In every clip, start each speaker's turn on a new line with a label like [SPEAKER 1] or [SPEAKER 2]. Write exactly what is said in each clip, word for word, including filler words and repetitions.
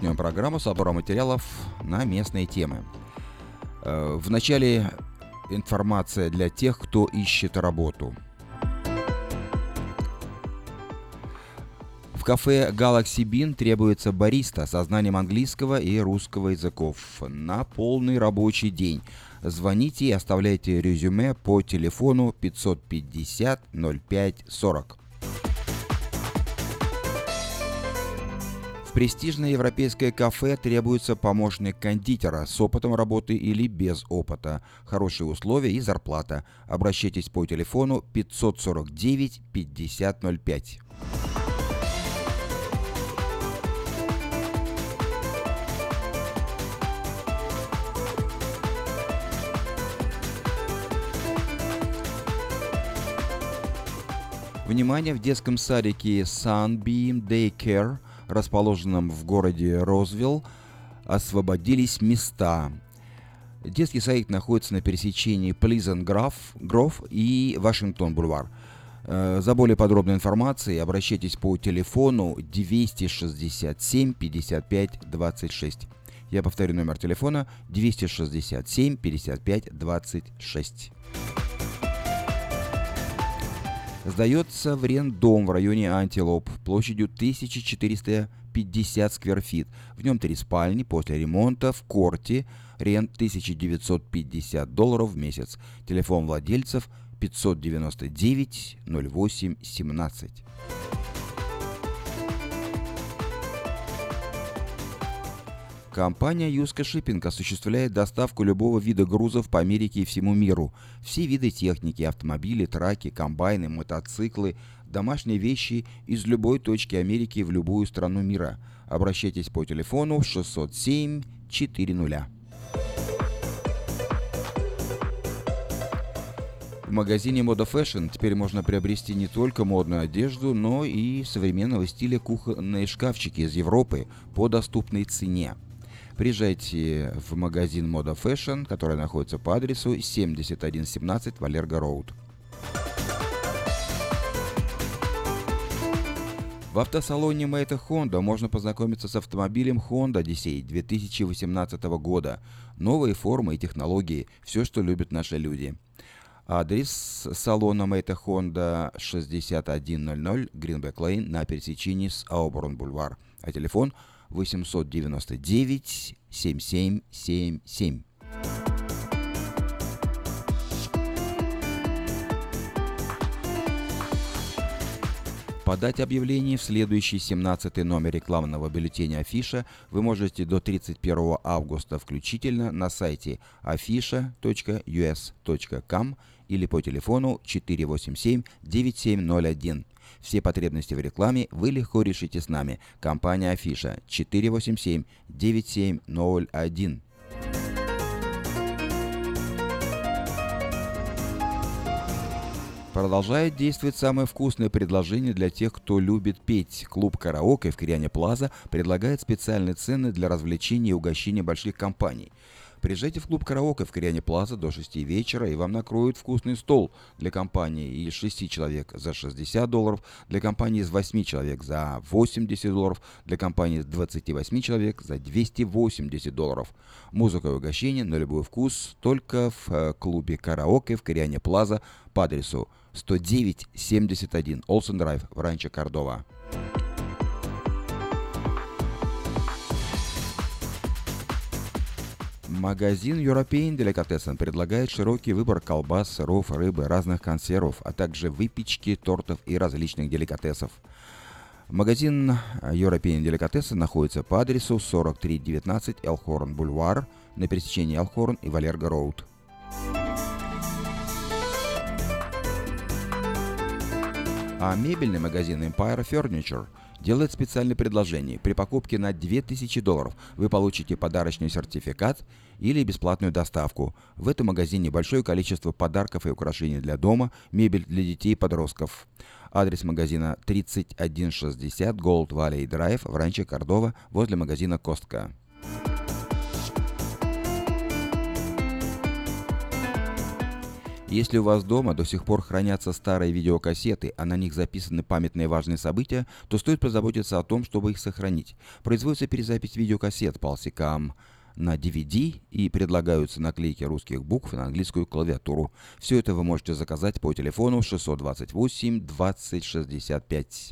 [SPEAKER 1] начнем программу с обзора материалов на местные темы. В начале информация для тех, кто ищет работу. В кафе Galaxy Bean требуется бариста со знанием английского и русского языков на полный рабочий день. Звоните и оставляйте резюме по телефону пятьсот пятьдесят ноль пять сорок. В престижное европейское кафе требуется помощник кондитера с опытом работы или без опыта. Хорошие условия и зарплата. Обращайтесь по телефону пятьсот сорок девять пятьдесят ноль пять. Внимание! В детском садике Sunbeam Daycare, расположенном в городе Розвилл, освободились места. Детский садик находится на пересечении Pleasant Grove и Вашингтон-Бульвар. За более подробной информацией обращайтесь по телефону двести шестьдесят семь пятьдесят пять двадцать шесть. Я повторю номер телефона двести шестьдесят семь пятьдесят пять двадцать шесть. Сдается в аренду в районе Антилоп площадью тысяча четыреста пятьдесят скверфит. В нем три спальни, после ремонта в корте, рент тысяча девятьсот пятьдесят долларов в месяц. Телефон владельцев пятьсот девяносто девять ноль восемь семнадцать. Компания Юска Шиппинг осуществляет доставку любого вида грузов по Америке и всему миру. Все виды техники, автомобили, траки, комбайны, мотоциклы, домашние вещи из любой точки Америки в любую страну мира. Обращайтесь по телефону шестьсот семь четыреста. В магазине Moda Fashion теперь можно приобрести не только модную одежду, но и современного стиля кухонные шкафчики из Европы по доступной цене. Приезжайте в магазин Moda Fashion, который находится по адресу семьдесят один семнадцать Валерго Роуд. В автосалоне Мэйта Honda можно познакомиться с автомобилем Honda Odyssey две тысячи восемнадцатого года. Новые формы и технологии, все, что любят наши люди. Адрес салона Мэйта Honda шестьдесят один ноль Гринбек Лейн на пересечении с Ауборн Бульвар. А телефон восемьсот девяносто девять семь семь семь семь. Подать объявление в следующий семнадцатый номер рекламного бюллетеня Афиша вы можете до тридцать первого августа включительно на сайте афиша точка ю эс точка ком или по телефону четыре восемь семь девять семь ноль один. Все потребности в рекламе вы легко решите с нами. Компания Афиша четыре восемь семь девять семь ноль один. Продолжает действовать самое вкусное предложение для тех, кто любит петь. Клуб «Караоке» в Кориане Плаза предлагает специальные цены для развлечений и угощения больших компаний. Приезжайте в клуб «Караоке» в Кориане Плаза до шести вечера, и вам накроют вкусный стол для компании из шести человек за шестьдесят долларов, для компании из восьми человек за восемьдесят долларов, для компании из двадцати восьми человек за двести восемьдесят долларов. Музыка и угощение на любой вкус только в клубе «Караоке» в Кориане Плаза по адресу сто девять семьдесят один Олсен Драйв в Ранчо Кордова. Магазин European Delicatessen предлагает широкий выбор колбас, сыров, рыбы, разных консервов, а также выпечки, тортов и различных деликатесов. Магазин European Delicatessen находится по адресу сорок три девятнадцать Элхорн Бульвар на пересечении Элхорн и Валерго Роуд. А мебельный магазин Empire Furniture делает специальное предложение. При покупке на две тысячи долларов вы получите подарочный сертификат или бесплатную доставку. В этом магазине большое количество подарков и украшений для дома, мебель для детей и подростков. Адрес магазина тридцать один шестьдесят Gold Valley Drive в Ранчо Кордова возле магазина Костка. Если у вас дома до сих пор хранятся старые видеокассеты, а на них записаны памятные важные события, то стоит позаботиться о том, чтобы их сохранить. Производится перезапись видеокассет Pulsicam на ди ви ди и предлагаются наклейки русских букв на английскую клавиатуру. Все это вы можете заказать по телефону шестьсот двадцать восемь двадцать шестьдесят пять.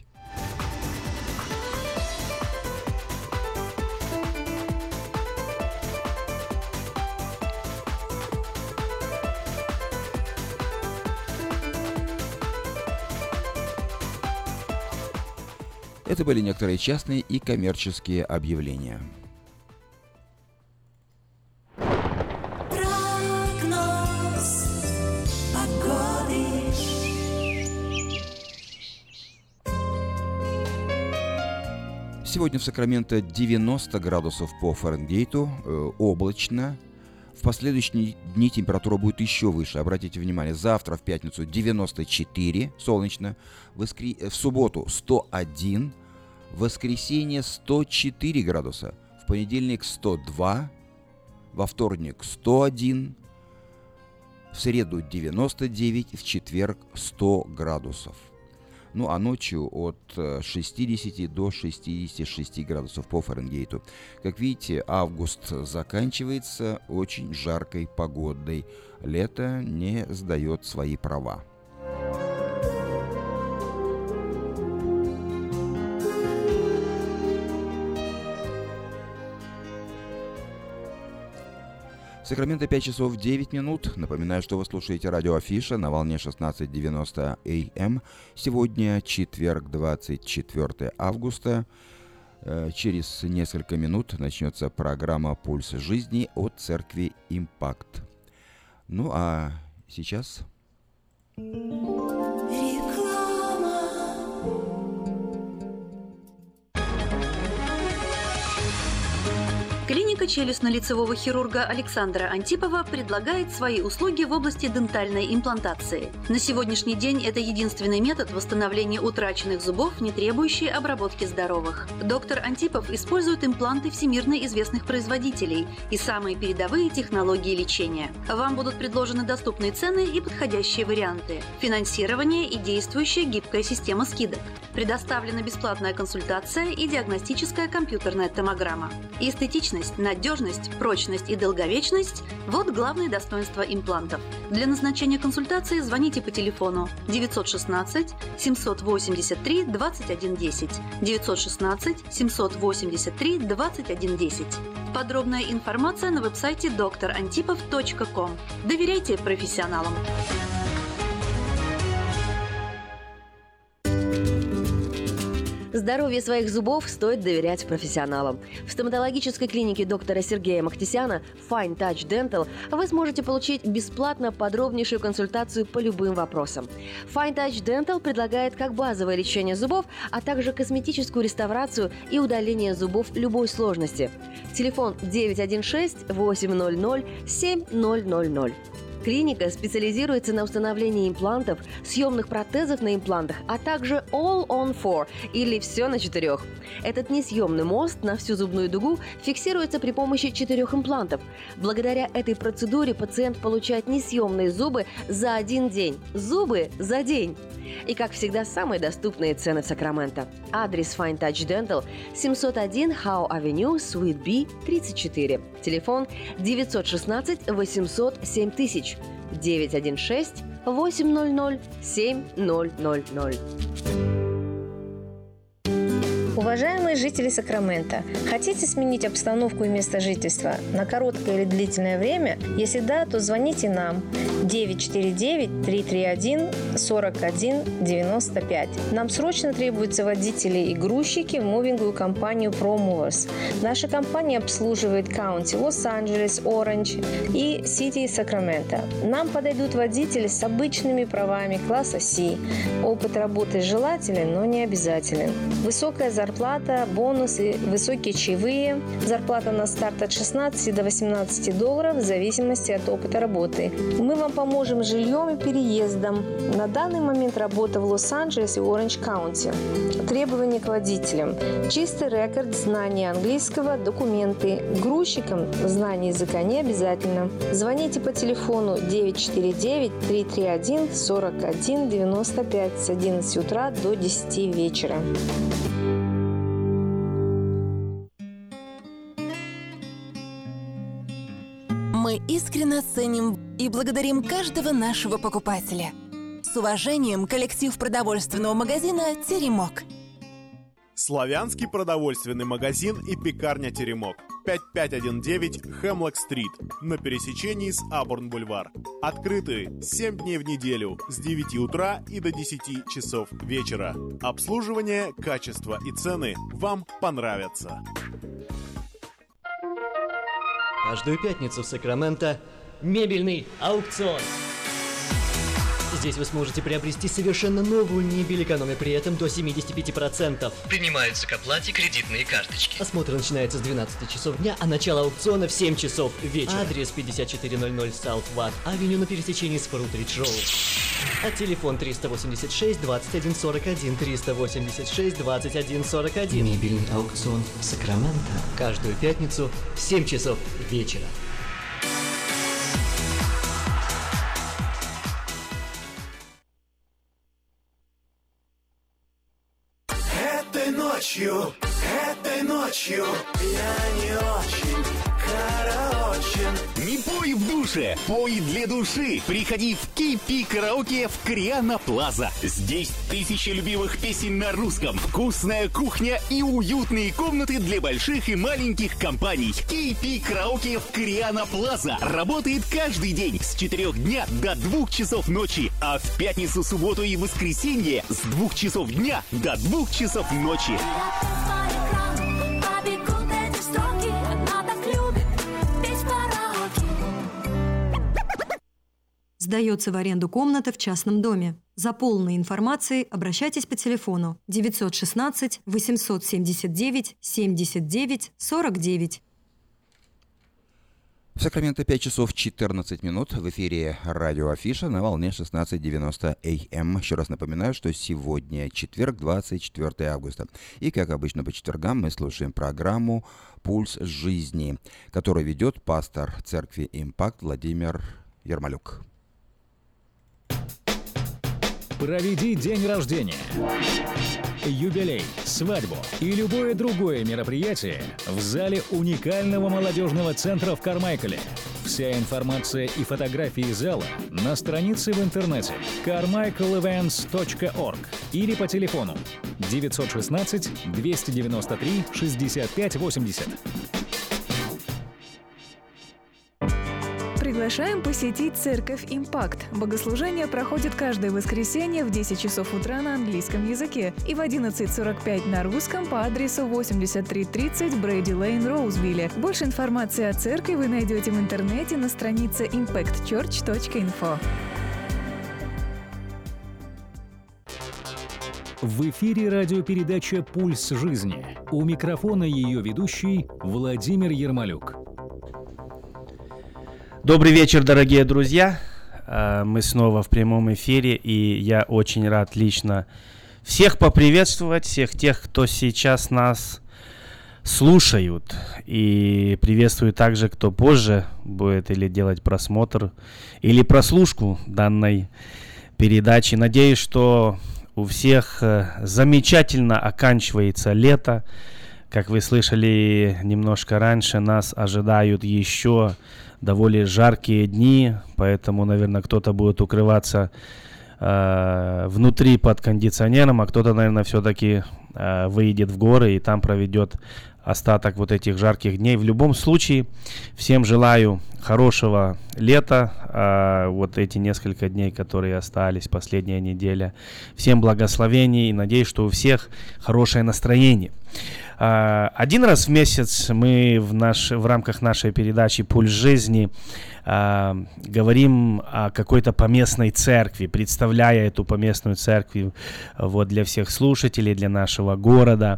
[SPEAKER 1] Это были некоторые частные и коммерческие объявления.
[SPEAKER 2] Прогноз погоды.
[SPEAKER 1] Сегодня в Сакраменто девяносто градусов по Фаренгейту, э, облачно. В последующие дни температура будет еще выше. Обратите внимание, завтра в пятницу девяносто четыре, солнечно. В, воскр... в субботу сто один, в воскресенье сто четыре градуса, в понедельник сто два, во вторник сто один, в среду девяносто девять, в четверг сто градусов. Ну а ночью от шестидесяти до шестидесяти шести градусов по Фаренгейту. Как видите, август заканчивается очень жаркой погодой. Лето не сдает свои права. Сакраменто пять часов девять минут. Напоминаю, что вы слушаете радио Афиша на волне шестнадцать девяносто эй эм. Сегодня четверг, двадцать четвёртого августа. Через несколько минут начнется программа «Пульс жизни» от церкви «Импакт». Ну а сейчас...
[SPEAKER 3] Клиника челюстно-лицевого хирурга Александра Антипова предлагает свои услуги в области дентальной имплантации. На сегодняшний день это единственный метод восстановления утраченных зубов, не требующий обработки здоровых. Доктор Антипов использует импланты всемирно известных производителей и самые передовые технологии лечения. Вам будут предложены доступные цены и подходящие варианты. Финансирование и действующая гибкая система скидок. Предоставлена бесплатная консультация и диагностическая компьютерная томограмма. Эстетичность, надежность, прочность и долговечность – вот главные достоинства имплантов. Для назначения консультации звоните по телефону девятьсот шестнадцать семьсот восемьдесят три двадцать один десять, девятьсот шестнадцать семьсот восемьдесят три двадцать один десять. Подробная информация на веб-сайте доктор антипов точка ком. Доверяйте профессионалам.
[SPEAKER 4] Здоровье своих зубов стоит доверять профессионалам. В стоматологической клинике доктора Сергея Махтисяна Fine Touch Dental вы сможете получить бесплатно подробнейшую консультацию по любым вопросам. Fine Touch Dental предлагает как базовое лечение зубов, а также косметическую реставрацию и удаление зубов любой сложности. Телефон девять один шесть восемь ноль ноль семь ноль ноль ноль. Клиника специализируется на установлении имплантов, съемных протезов на имплантах, а также All on Four или все на четырех. Этот несъемный мост на всю зубную дугу фиксируется при помощи четырех имплантов. Благодаря этой процедуре пациент получает несъемные зубы за один день. Зубы за день! И, как всегда, самые доступные цены в Сакраменто. Адрес Fine Touch Dental семьсот один Howe Avenue, Suite B, тридцать четыре. Телефон девятьсот шестнадцать восемьсот семь тысяч, девять один шесть восемь ноль ноль семь ноль ноль ноль.
[SPEAKER 5] Уважаемые жители Сакрамента, хотите сменить обстановку и место жительства на короткое или длительное время? Если да, то звоните нам девять четыре девять три три один сорок один девяносто пять. Нам срочно требуются водители и грузчики в мувинговую компанию ProMovers. Наша компания обслуживает каунти Лос-Анджелес, Оранж и Сити Сакраменто. Нам подойдут водители с обычными правами класса C. Опыт работы желателен, но не обязателен. Высокая зарплата зарплата, бонусы, высокие чаевые. Зарплата на старт от шестнадцати до восемнадцати долларов в зависимости от опыта работы. Мы вам поможем с жильем и переездом. На данный момент работа в Лос-Анджелесе и Оранж-Каунти. Требования к водителям. Чистый рекорд, знание английского, документы. Грузчикам знание языка не обязательно. Звоните по телефону девять четыре девять три три один сорок один девяносто пять с одиннадцати утра до десяти вечера.
[SPEAKER 6] Мы искренне ценим и благодарим каждого нашего покупателя. С уважением, коллектив продовольственного магазина «Теремок».
[SPEAKER 7] Славянский продовольственный магазин и пекарня «Теремок». пять пять один девять Хемлок-стрит на пересечении с Абурн-бульвар. Открыты семь дней в неделю с девяти утра и до десяти часов вечера. Обслуживание, качество и цены вам понравятся.
[SPEAKER 8] Каждую пятницу в Сакраменто мебельный аукцион. Здесь вы сможете приобрести совершенно новую мебель, экономя при этом до семьдесят пять процентов. Принимаются к оплате кредитные карточки. Осмотр начинается с двенадцати часов дня, а начало аукциона в семь часов вечера. Адрес пятьдесят четыре ноль ноль South Watt Avenue на пересечении с Фрутридж Роуд. А телефон триста восемьдесят шесть двадцать один сорок один, триста восемьдесят шесть двадцать один сорок один. Мебельный аукцион Сакраменто. Каждую пятницу в семь часов вечера.
[SPEAKER 2] Этой ночью, этой ночью я не очень караочен.
[SPEAKER 9] Не пой в душе, пой для души. Приходи в кей пи Караоке в Кориана Плаза. Здесь тысячи любимых песен на русском, вкусная кухня и уютные комнаты для больших и маленьких компаний. кей пи Караоке в Кориана Плаза работает каждый день с четырёх дня до двух часов ночи, а в пятницу, субботу и воскресенье с двух часов дня до двух часов ночи.
[SPEAKER 10] Сдается в аренду комната в частном доме. За полной информацией обращайтесь по телефону девятьсот шестнадцать восемьсот семьдесят девять семьдесят девять сорок девять.
[SPEAKER 1] В Сакраменто пять часов четырнадцать минут. В эфире радио Афиша на волне шестнадцать девяносто эй эм. Еще раз напоминаю, что сегодня четверг, двадцать четвёртого августа. И, как обычно, по четвергам мы слушаем программу «Пульс жизни», которую ведет пастор церкви «Импакт» Владимир Ермолюк.
[SPEAKER 11] Проведи день рождения, юбилей, свадьбу и любое другое мероприятие в зале уникального молодежного центра в Кармайкале. Вся информация и фотографии зала на странице в интернете кармайкл ивентс точка орг или по телефону девятьсот шестнадцать двести девяносто три шестьдесят пять восемьдесят.
[SPEAKER 12] Приглашаем посетить церковь «Импакт». Богослужение проходит каждое воскресенье в десять часов утра на английском языке и в одиннадцать сорок пять на русском по адресу восемьдесят три тридцать Брейди Лейн, Роузвилле. Больше информации о церкви вы найдете в интернете на странице импакт черч точка инфо.
[SPEAKER 11] В эфире радиопередача «Пульс жизни». У микрофона ее ведущий Владимир Ермолюк.
[SPEAKER 13] Добрый вечер, дорогие друзья. Мы снова в прямом эфире, и я очень рад лично всех поприветствовать, всех тех, кто сейчас нас слушают. И приветствую также, кто позже будет или делать просмотр, или прослушку данной передачи. Надеюсь, что у всех замечательно оканчивается лето. Как вы слышали немножко раньше, нас ожидают еще довольно жаркие дни, поэтому, наверное, кто-то будет укрываться э, внутри под кондиционером, а кто-то, наверное, все-таки э, выйдет в горы и там проведет остаток вот этих жарких дней. В любом случае, всем желаю хорошего лета, э, вот эти несколько дней, которые остались, последняя неделя. Всем благословений и надеюсь, что у всех хорошее настроение. Один раз в месяц мы в, наш, в рамках нашей передачи «Пульс жизни» э, говорим о какой-то поместной церкви, представляя эту поместную церковь вот, для всех слушателей, для нашего города.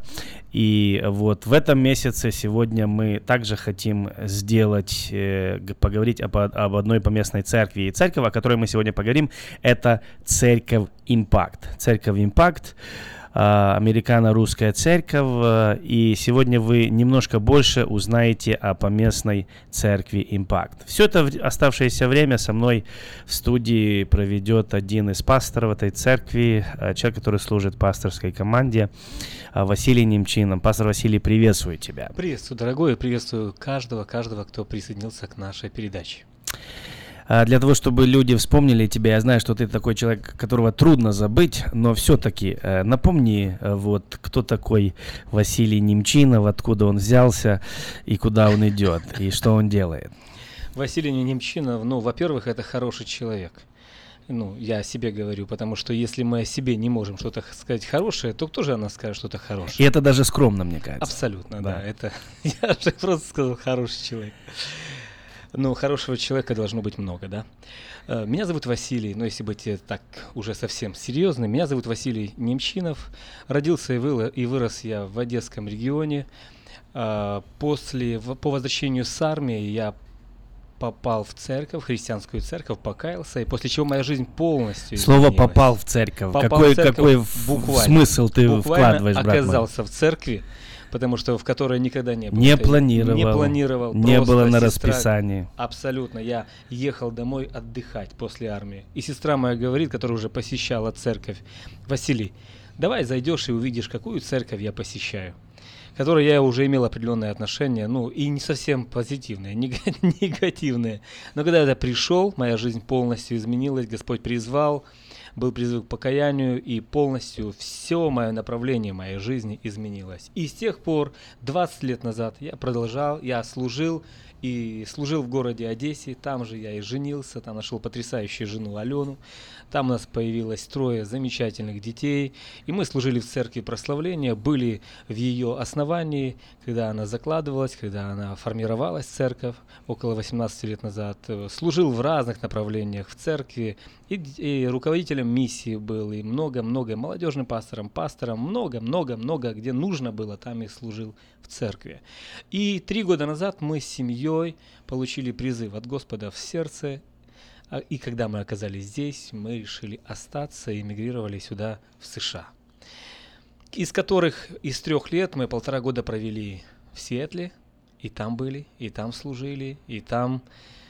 [SPEAKER 13] И вот в этом месяце сегодня мы также хотим сделать, э, поговорить об, об одной поместной церкви. И церковь, о которой мы сегодня поговорим, это церковь Импакт. Церковь Импакт, э, американо-русская церковь. И сегодня вы немножко больше узнаете о поместной церкви Импакт. Все это оставшееся время со мной в студии проведет один из пасторов этой церкви, человек, который служит в пасторской команде, Василий Немчин. Пастор Василий, приветствую тебя.
[SPEAKER 14] Приветствую, дорогой, и приветствую каждого, каждого, кто присоединился к нашей передаче.
[SPEAKER 13] Для того, чтобы люди вспомнили тебя, я знаю, что ты такой человек, которого трудно забыть, но все-таки напомни, вот, кто такой Василий Немчинов, откуда он взялся и куда он идет, и что он делает.
[SPEAKER 14] Василий Немчинов, ну, во-первых, это хороший человек. Ну, я о себе говорю, потому что если мы о себе не можем что-то сказать хорошее, то кто же о нас скажет что-то хорошее?
[SPEAKER 13] И это даже скромно, мне кажется.
[SPEAKER 14] Абсолютно, да. да это я же просто сказал хороший человек. Ну, хорошего человека должно быть много, да. Меня зовут Василий, но если быть так уже совсем серьезным, меня зовут Василий Немчинов. Родился и, вы, и вырос я в Одесском регионе. После, по возвращению с армии я попал в церковь, в христианскую церковь, покаялся, и после чего моя жизнь полностью
[SPEAKER 13] Слово изменилась. «попал в церковь». Попал какой, в церковь какой буквально, смысл ты вкладываешь, брат мой?
[SPEAKER 14] Оказался в церкви, потому что в которой никогда не был.
[SPEAKER 13] Не планировал.
[SPEAKER 14] Не планировал.
[SPEAKER 13] Не было на сестра, расписании.
[SPEAKER 14] Абсолютно. Я ехал домой отдыхать после армии. И сестра моя говорит, которая уже посещала церковь: Василий, давай зайдешь и увидишь, какую церковь я посещаю. К которой я уже имел определенные отношения, ну, и не совсем позитивные, негативные. Но когда я пришел, моя жизнь полностью изменилась, Господь призвал, был призыв к покаянию, и полностью все мое направление моей жизни изменилось. И с тех пор, двадцать лет назад, я продолжал, я служил, и служил в городе Одессе, там же я и женился, там нашел потрясающую жену Алену, там у нас появилось трое замечательных детей, и мы служили в церкви прославления, были в ее основании, когда она закладывалась, когда она формировалась, церковь, около восемнадцати лет назад, служил в разных направлениях в церкви, и, и руководителем миссии был, и много-много молодежным пастором, пастором, много-много-много, где нужно было, там и служил в церкви. И три года назад мы с семьей получили призыв от Господа в сердце, и когда мы оказались здесь, мы решили остаться и эмигрировали сюда, в США. Из которых из трех лет мы полтора года провели в Сиэтле, и там были, и там служили, и там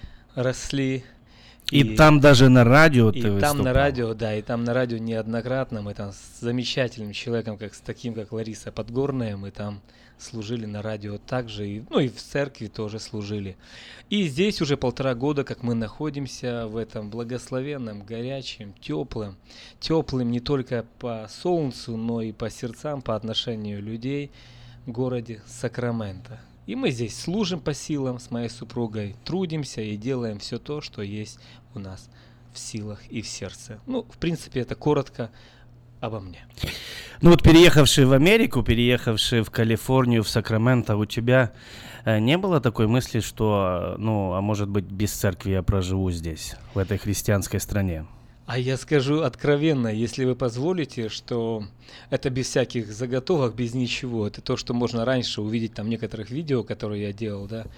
[SPEAKER 14] росли.
[SPEAKER 13] И, и там даже на радио
[SPEAKER 14] и
[SPEAKER 13] ты выступал.
[SPEAKER 14] И там на радио, да, и там на радио неоднократно. Мы там с замечательным человеком, как с таким, как Лариса Подгорная, мы там служили на радио также, и, ну и в церкви тоже служили. И здесь уже полтора года, как мы находимся в этом благословенном, горячем, теплым, теплым не только по солнцу, но и по сердцам, по отношению людей, городе Сакраменто. И мы здесь служим по силам с моей супругой, трудимся и делаем все то, что есть у нас в силах и в сердце. Ну, в принципе, это коротко обо мне.
[SPEAKER 13] Ну вот переехавший в Америку, переехавший в Калифорнию, в Сакраменто, у тебя э, не было такой мысли, что, ну, а может быть, без церкви я проживу здесь, в этой христианской стране?
[SPEAKER 14] А я скажу откровенно, если вы позволите, что это без всяких заготовок, без ничего. Это то, что можно раньше увидеть там в некоторых видео, которые я делал, да.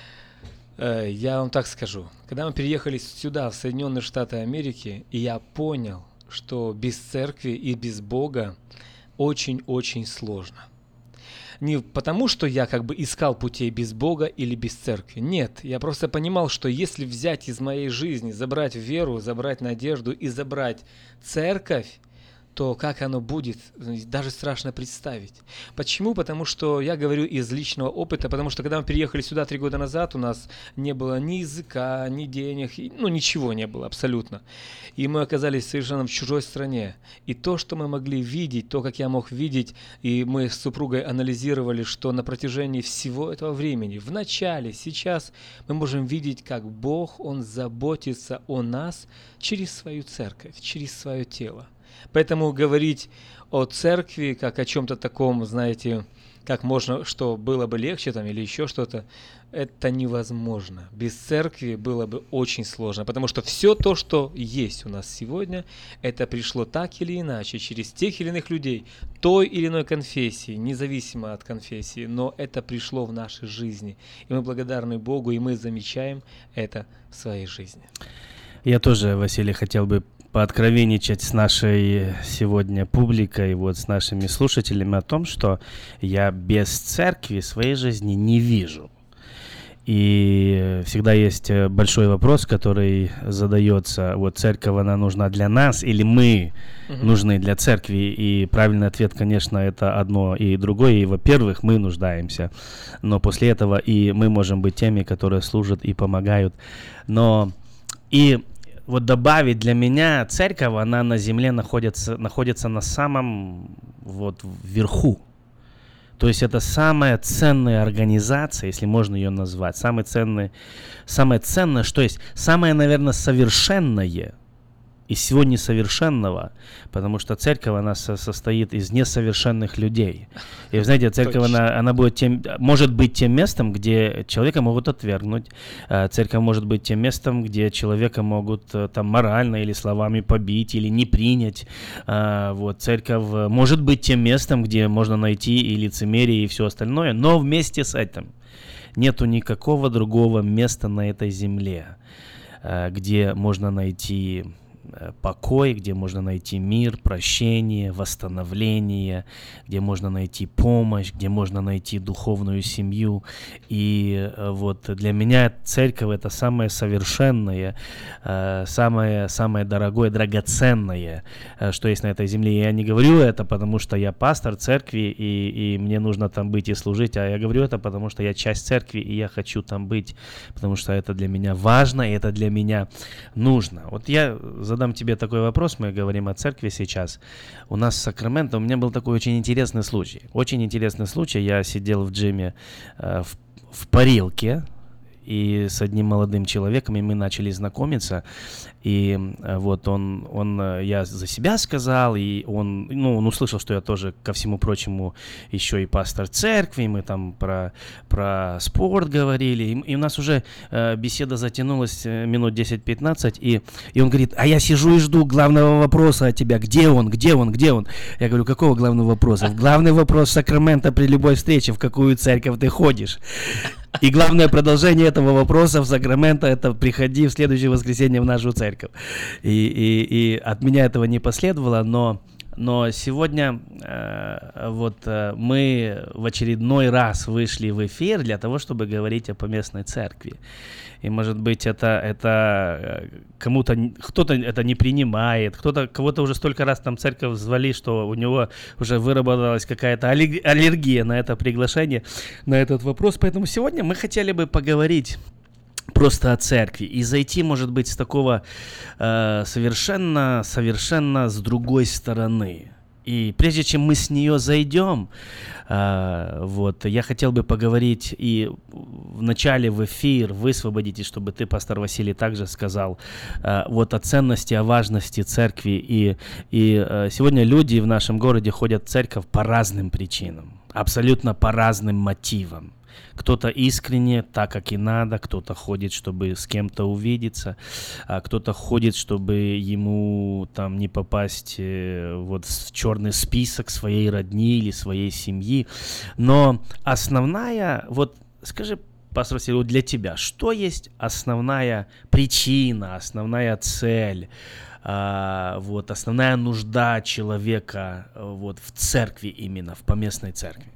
[SPEAKER 14] Э, я вам так скажу. Когда мы переехали сюда, в Соединенные Штаты Америки, и я понял, что без церкви и без Бога очень-очень сложно. Не потому, что я как бы искал путей без Бога или без церкви. Нет, я просто понимал, что если взять из моей жизни, забрать веру, забрать надежду и забрать церковь, то как оно будет, даже страшно представить. Почему? Потому что я говорю из личного опыта, потому что когда мы переехали сюда три года назад, у нас не было ни языка, ни денег, ну ничего не было абсолютно. И мы оказались совершенно в чужой стране. И то, что мы могли видеть, то, как я мог видеть, и мы с супругой анализировали, что на протяжении всего этого времени, в начале, сейчас, мы можем видеть, как Бог, Он заботится о нас через свою церковь, через свое тело. Поэтому говорить о церкви как о чем-то таком, знаете, как можно, что было бы легче там или еще что-то, это невозможно. Без церкви было бы очень сложно, потому что все то, что есть у нас сегодня, это пришло так или иначе, через тех или иных людей, той или иной конфессии, независимо от конфессии, но это пришло в нашей жизни. И мы благодарны Богу, и мы замечаем это в своей жизни.
[SPEAKER 13] Я тоже, Василий, хотел бы пооткровенничать с нашей сегодня публикой, вот с нашими слушателями о том, что я без церкви своей жизни не вижу. И всегда есть большой вопрос, который задается, вот церковь, она нужна для нас или мы uh-huh. нужны для церкви? И правильный ответ, конечно, это одно и другое. И, во-первых, мы нуждаемся, но после этого и мы можем быть теми, которые служат и помогают. Но и вот добавить для меня, церковь, она на земле находится, находится на самом вот верху. То есть это самая ценная организация, если можно ее назвать, самое ценное, самое ценное, что есть, самое, наверное, совершенное из всего несовершенного, потому что церковь, она со- состоит из несовершенных людей. И, вы знаете, церковь, она, она будет тем, может быть тем местом, где человека могут отвергнуть. Церковь может быть тем местом, где человека могут там морально или словами побить, или не принять. Вот. Церковь может быть тем местом, где можно найти и лицемерие, и все остальное, но вместе с этим нету никакого другого места на этой земле, где можно найти покой, где можно найти мир, прощение, восстановление, где можно найти помощь, где можно найти духовную семью. И вот для меня церковь — это самое совершенное, самое, самое дорогое, драгоценное, что есть на этой земле. И я не говорю это, потому что я пастор церкви, и, и мне нужно там быть и служить, а я говорю это, потому что я часть церкви, и я хочу там быть, потому что это для меня важно, и это для меня нужно. Вот я задам тебе такой вопрос, мы говорим о церкви сейчас. У нас в Сакраменто, у меня был такой очень интересный случай. Очень интересный случай. Я сидел в джиме э, в, в парилке и с одним молодым человеком, и мы начали знакомиться. И вот он, он, я за себя сказал, и он, ну, он услышал, что я тоже, ко всему прочему, еще и пастор церкви, мы там про, про спорт говорили, и, и у нас уже э, беседа затянулась минут десять-пятнадцать, и, и он говорит: а я сижу и жду главного вопроса от тебя, где он, где он, где он? Я говорю: какого главного вопроса? Главный вопрос в Сакраменто при любой встрече, в какую церковь ты ходишь? И главное продолжение этого вопроса в Сакраменто — это приходи в следующее воскресенье в нашу церковь. И, и, и от меня этого не последовало, но, но сегодня э, вот э, мы в очередной раз вышли в эфир для того, чтобы говорить о поместной церкви. И, может быть, это, это кому-то, кто-то это не принимает, кто-то, кого-то уже столько раз там церковь звали, что у него уже выработалась какая-то аллергия на это приглашение, на этот вопрос. Поэтому сегодня мы хотели бы поговорить просто о церкви и зайти, может быть, с такого э, совершенно, совершенно с другой стороны. И прежде чем мы с нее зайдем, э, вот, я хотел бы поговорить и в начале в эфир высвободить, и чтобы ты, пастор Василий, также сказал э, вот о ценности, о важности церкви. И, и э, сегодня люди в нашем городе ходят в церковь по разным причинам, абсолютно по разным мотивам. Кто-то искренне, так как и надо, кто-то ходит, чтобы с кем-то увидеться, а кто-то ходит, чтобы ему там не попасть э, вот в черный список своей родни или своей семьи. Но основная, вот скажи, пастор Василий, для тебя, что есть основная причина, основная цель, а, вот, основная нужда человека вот, в церкви именно, в поместной церкви?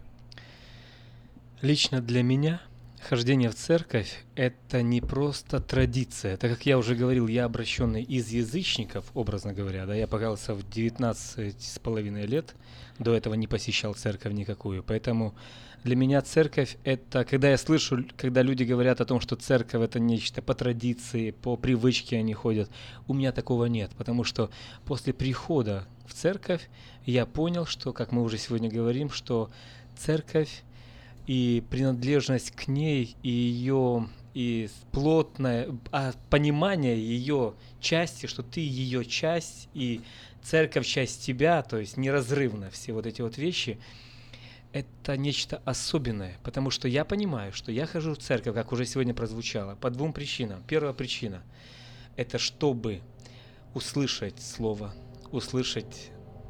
[SPEAKER 14] Лично для меня хождение в церковь – это не просто традиция. Так как я уже говорил, я обращенный из язычников, образно говоря, да, я покаялся в девятнадцать с половиной лет, до этого не посещал церковь никакую. Поэтому для меня церковь – это, когда я слышу, когда люди говорят о том, что церковь – это нечто по традиции, по привычке они ходят, у меня такого нет, потому что после прихода в церковь я понял, что, как мы уже сегодня говорим, что церковь и принадлежность к ней, и ее и плотное а понимание ее части, что ты ее часть, и церковь часть тебя, то есть неразрывно все вот эти вот вещи, это нечто особенное, потому что я понимаю, что я хожу в церковь, как уже сегодня прозвучало, по двум причинам. Первая причина – это чтобы услышать Слово, услышать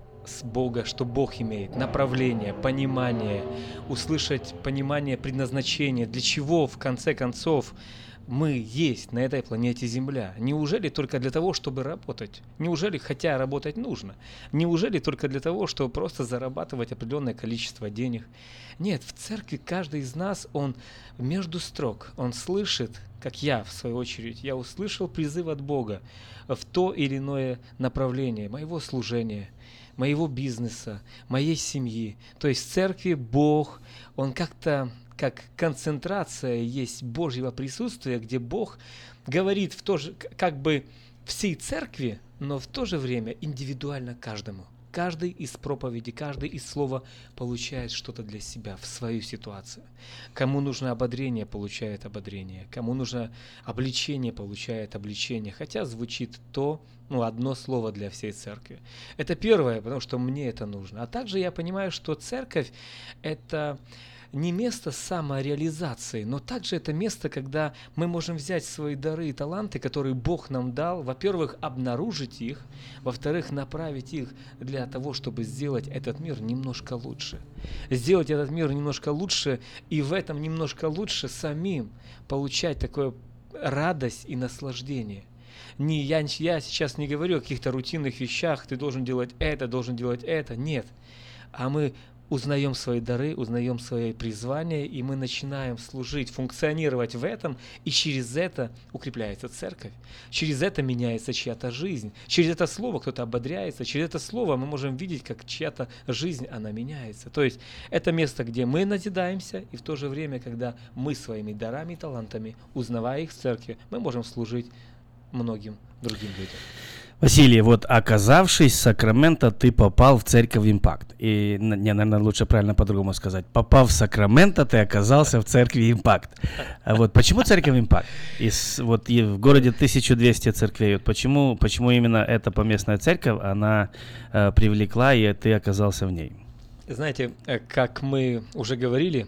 [SPEAKER 14] с Бога, что Бог имеет, направление, понимание, услышать понимание предназначения, для чего в конце концов мы есть на этой планете Земля. Неужели только для того, чтобы работать? Неужели, хотя работать нужно, неужели только для того, чтобы просто зарабатывать определенное количество денег? Нет, в церкви каждый из нас, он между строк, он слышит, как я, в свою очередь, я услышал призыв от Бога в то или иное направление моего служения, моего бизнеса, моей семьи. То есть в церкви Бог, он как-то, как концентрация есть Божьего присутствия, где Бог говорит в то же, как бы всей церкви, но в то же время индивидуально каждому. Каждый из проповедей, каждый из слова получает что-то для себя в свою ситуацию. Кому нужно ободрение, получает ободрение. Кому нужно обличение, получает обличение. Хотя звучит то, ну, одно слово для всей церкви. Это первое, потому что мне это нужно. А также я понимаю, что церковь – это не место самореализации, но также это место, когда мы можем взять свои дары и таланты, которые Бог нам дал, во-первых, обнаружить их, во-вторых, направить их для того, чтобы сделать этот мир немножко лучше. Сделать этот мир немножко лучше, и в этом немножко лучше самим получать такую радость и наслаждение. Не, я, я сейчас не говорю о каких-то рутинных вещах, ты должен делать это, должен делать это, нет. А мы узнаем свои дары, узнаем свои призвания, и мы начинаем служить, функционировать в этом, и через это укрепляется церковь, через это меняется чья-то жизнь, через это слово кто-то ободряется, через это слово мы можем видеть, как чья-то жизнь, она меняется. То есть это место, где мы назидаемся, и в то же время, когда мы своими дарами и талантами, узнавая их в церкви, мы можем служить многим другим людям.
[SPEAKER 13] Василий, вот оказавшись в Сакраменто, ты попал в церковь Импакт. И, не, наверное, лучше правильно по-другому сказать. Попав в Сакраменто, ты оказался в церкви Импакт. А вот почему церковь Импакт? Из, вот и в городе тысяча двести церквей. Вот почему, почему именно эта поместная церковь, она э, привлекла, и ты оказался в ней?
[SPEAKER 14] Знаете, как мы уже говорили,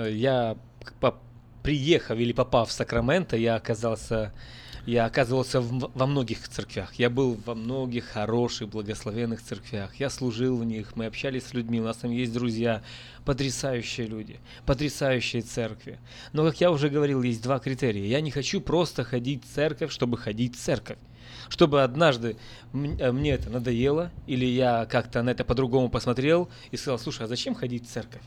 [SPEAKER 14] я, приехав или попав в Сакраменто, я оказался... Я оказывался в, во многих церквях. Я был во многих хороших, благословенных церквях. Я служил в них, мы общались с людьми, у нас там есть друзья, потрясающие люди, потрясающие церкви. Но, как я уже говорил, есть два критерия. Я не хочу просто ходить в церковь, чтобы ходить в церковь. Чтобы однажды мне это надоело, или я как-то на это по-другому посмотрел и сказал: слушай, а зачем ходить в церковь?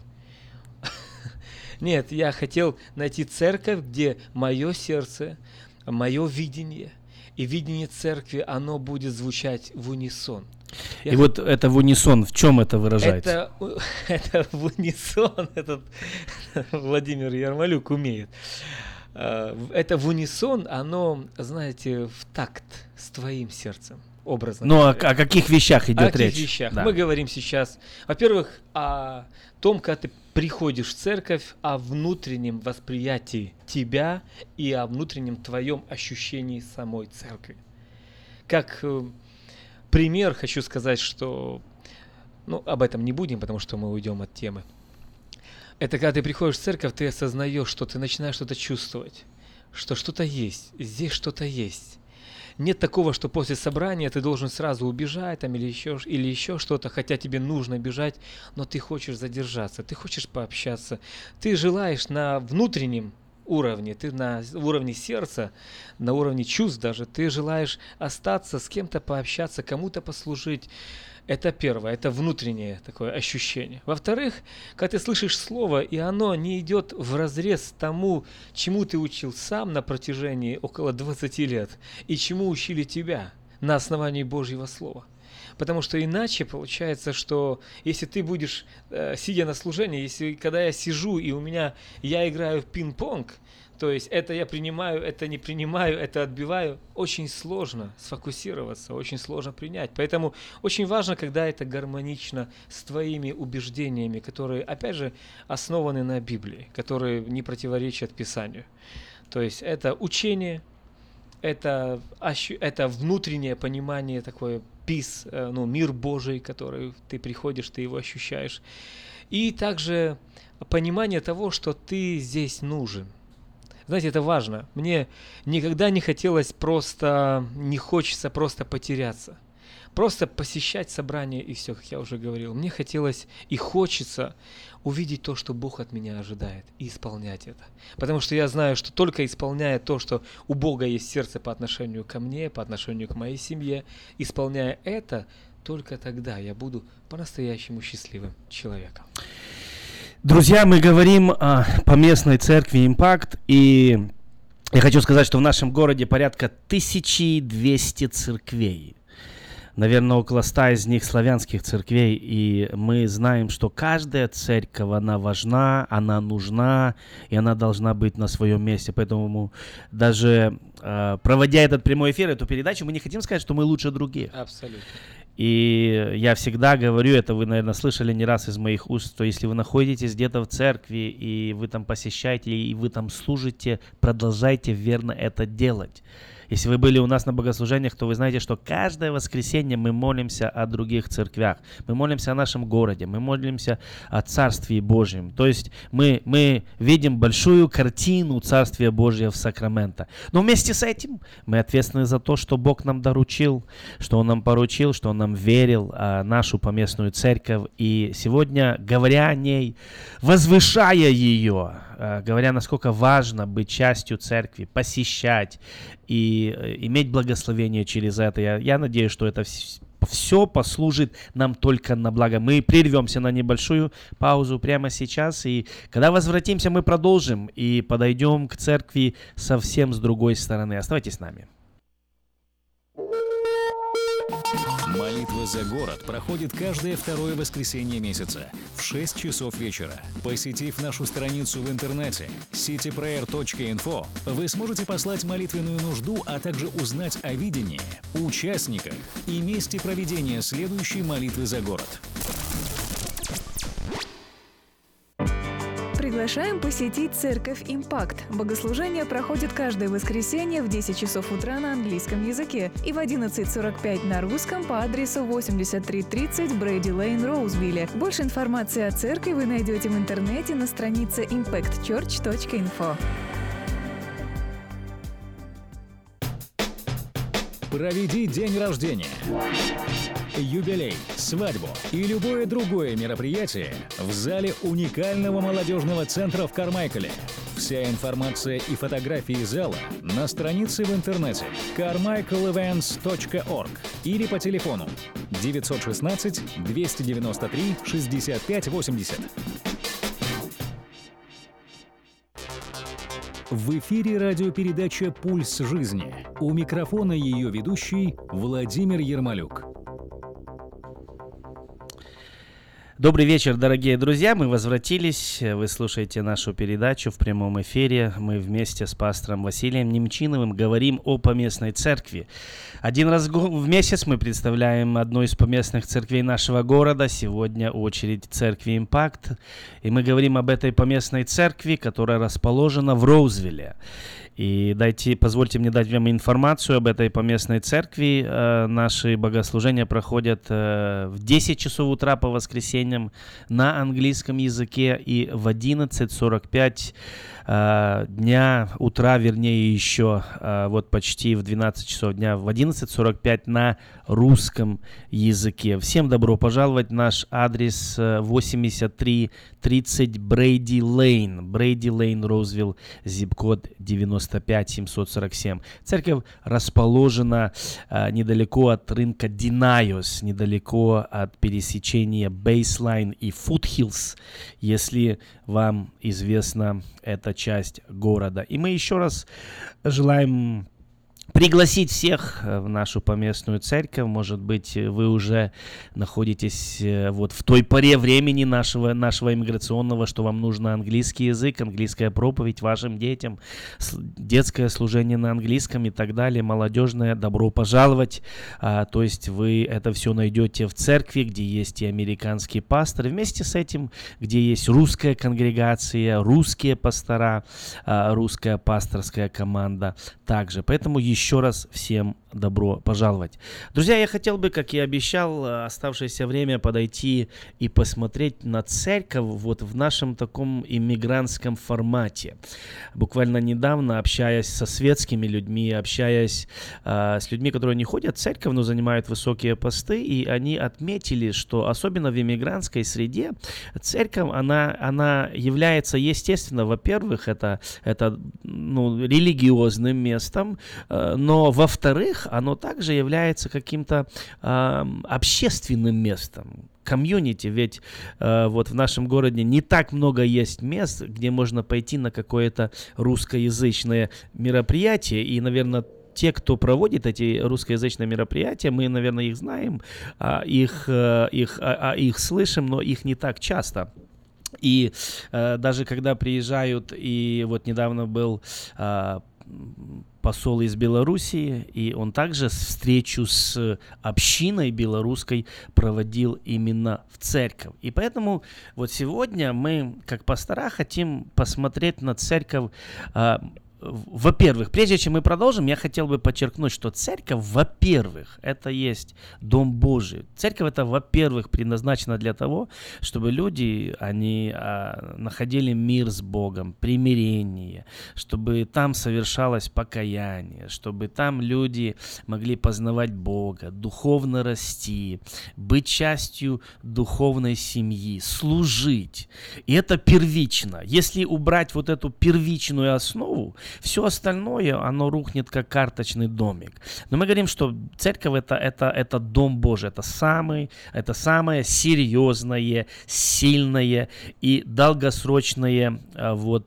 [SPEAKER 14] Нет, я хотел найти церковь, где мое сердце, мое видение и видение церкви, оно будет звучать в унисон. Я
[SPEAKER 13] и х... вот это в унисон, в чем это выражается?
[SPEAKER 14] Это, это в унисон, этот Владимир Ярмолюк умеет. Это в унисон, оно, знаете, в такт с твоим сердцем. Образно.
[SPEAKER 13] Ну, а о каких вещах идет
[SPEAKER 14] о
[SPEAKER 13] речь?
[SPEAKER 14] О каких вещах?
[SPEAKER 13] Да.
[SPEAKER 14] Мы говорим сейчас, во-первых, о том, когда ты приходишь в церковь, о внутреннем восприятии тебя и о внутреннем твоем ощущении самой церкви. Как э, пример хочу сказать, что, ну, об этом не будем, потому что мы уйдем от темы. Это когда ты приходишь в церковь, ты осознаешь, что ты начинаешь что-то чувствовать, что что-то есть, здесь что-то есть. Нет такого, что после собрания ты должен сразу убежать там, или, еще, или еще что-то, хотя тебе нужно бежать, но ты хочешь задержаться, ты хочешь пообщаться. Ты желаешь на внутреннем уровне, ты на уровне сердца, на уровне чувств даже, ты желаешь остаться с кем-то, пообщаться, кому-то послужить. Это первое, это внутреннее такое ощущение. Во-вторых, когда ты слышишь слово, и оно не идет вразрез тому, чему ты учил сам на протяжении около двадцати лет, и чему учили тебя на основании Божьего Слова. Потому что иначе получается, что если ты будешь, э, сидя на служении, если когда я сижу и у меня, я играю в пинг-понг, то есть это я принимаю, это не принимаю, это отбиваю, очень сложно сфокусироваться, очень сложно принять. Поэтому очень важно, когда это гармонично с твоими убеждениями, которые, опять же, основаны на Библии, которые не противоречат Писанию. То есть это учение, это, это внутреннее понимание, такое peace, ну, мир Божий, который ты приходишь, ты его ощущаешь. И также понимание того, что ты здесь нужен. Знаете, это важно. Мне никогда не хотелось просто, не хочется просто потеряться. Просто посещать собрания и все, как я уже говорил. Мне хотелось и хочется увидеть то, что Бог от меня ожидает, и исполнять это. Потому что я знаю, что только исполняя то, что у Бога есть в сердце по отношению ко мне, по отношению к моей семье, исполняя это, только тогда я буду по-настоящему счастливым человеком.
[SPEAKER 13] Друзья, мы говорим о поместной церкви «Импакт», и я хочу сказать, что в нашем городе порядка тысяча двести церквей. Наверное, около ста из них славянских церквей, и мы знаем, что каждая церковь, она важна, она нужна, и она должна быть на своем месте. Поэтому даже э, проводя этот прямой эфир, эту передачу, мы не хотим сказать, что мы лучше других.
[SPEAKER 14] Абсолютно.
[SPEAKER 13] И я всегда говорю, это вы, наверное, слышали не раз из моих уст, что если вы находитесь где-то в церкви, и вы там посещаете, и вы там служите, продолжайте верно это делать. Если вы были у нас на богослужениях, то вы знаете, что каждое воскресенье мы молимся о других церквях. Мы молимся о нашем городе, мы молимся о Царстве Божьем. То есть мы, мы видим большую картину Царствия Божьего в Сакраменто. Но вместе с этим мы ответственны за то, что Бог нам доручил, что Он нам поручил, что Он нам верил, а, нашу поместную церковь. И сегодня, говоря о ней, возвышая ее, говоря, насколько важно быть частью церкви, посещать и иметь благословение через это. Я, я надеюсь, что это все послужит нам только на благо. Мы прервемся на небольшую паузу прямо сейчас, и когда возвратимся, мы продолжим и подойдем к церкви совсем с другой стороны. Оставайтесь с нами.
[SPEAKER 11] Молитва за город проходит каждое второе воскресенье месяца в шесть часов вечера. Посетив нашу страницу в интернете сити преер точка инфо, вы сможете послать молитвенную нужду, а также узнать о видении, участниках и месте проведения следующей молитвы за город.
[SPEAKER 12] Приглашаем посетить церковь «Импакт». Богослужение проходит каждое воскресенье в десять часов утра на английском языке и в одиннадцать сорок пять на русском по адресу восемьдесят три тридцать Брейди Лейн, Роузвилле. Больше информации о церкви вы найдете в интернете на странице импакт черч точка инфо.
[SPEAKER 11] Проведи день рождения, юбилей, свадьбу и любое другое мероприятие в зале уникального молодежного центра в Кармайкале. Вся информация и фотографии зала на странице в интернете кармайкл ивентс точка орг или по телефону девятьсот шестнадцать двести девяносто три шестьдесят пять восемьдесят. В эфире радиопередача «Пульс жизни». У микрофона ее ведущий Владимир Ермолюк.
[SPEAKER 13] Добрый вечер, дорогие друзья. Мы возвратились. Вы слушаете нашу передачу в прямом эфире. Мы вместе с пастором Василием Немчиновым говорим о поместной церкви. Один раз в месяц мы представляем одну из поместных церквей нашего города. Сегодня очередь церкви «Импакт». И мы говорим об этой поместной церкви, которая расположена в Роузвилле. И дайте, позвольте мне дать вам информацию об этой поместной церкви. Э, наши богослужения проходят э, в десять часов утра по воскресеньям на английском языке и в одиннадцать сорок пять э, дня утра, вернее еще э, вот почти в двенадцать часов дня, в одиннадцать сорок пять на русском языке. Всем добро пожаловать. Наш адрес э, восемьдесят три тридцать Брейди Лейн, Брейди Лейн, Роузвилл, зип-код девяносто пять семьсот сорок семь. Церковь расположена э, недалеко от рынка Динайос, недалеко от пересечения Бейслайн и Футхиллс, если вам известна эта часть города. И мы еще раз желаем пригласить всех в нашу поместную церковь. Может быть, вы уже находитесь вот в той поре времени нашего, нашего иммиграционного, что вам нужен английский язык, английская проповедь вашим детям, детское служение на английском и так далее, молодежное. Добро пожаловать. А, то есть вы это все найдете в церкви, где есть и американские пасторы. Вместе с этим, где есть русская конгрегация, русские пастора, а, русская пасторская команда также. Поэтому еще Еще раз всем добро пожаловать. Друзья, я хотел бы, как и обещал, оставшееся время подойти и посмотреть на церковь вот в нашем таком иммигрантском формате. Буквально недавно, общаясь со светскими людьми, общаясь э, с людьми, которые не ходят в церковь, но занимают высокие посты, и они отметили, что особенно в иммигрантской среде церковь, она, она является, естественно, во-первых, это, это ну, религиозным местом, э, но во-вторых, оно также является каким-то э, общественным местом. Комьюнити, ведь э, вот в нашем городе не так много есть мест, где можно пойти на какое-то русскоязычное мероприятие, и, наверное, те, кто проводит эти русскоязычные мероприятия, мы, наверное, их знаем, а, их, их, а, их слышим, но их не так часто. И э, даже когда приезжают, и вот недавно был э, посол из Белоруссии, и он также встречу с общиной белорусской проводил именно в церковь. И поэтому вот сегодня мы, как пастора, хотим посмотреть на церковь. э, Во-первых, прежде чем мы продолжим, я хотел бы подчеркнуть, что церковь, во-первых, это есть Дом Божий. Церковь это, во-первых, предназначена для того, чтобы люди, они а, находили мир с Богом, примирение, чтобы там совершалось покаяние, чтобы там люди могли познавать Бога, духовно расти, быть частью духовной семьи, служить. И это первично. Если убрать вот эту первичную основу, все остальное, оно рухнет как карточный домик. Но мы говорим, что церковь это, это, это Дом Божий, это, самый, это самое серьезное, сильное и долгосрочное вот,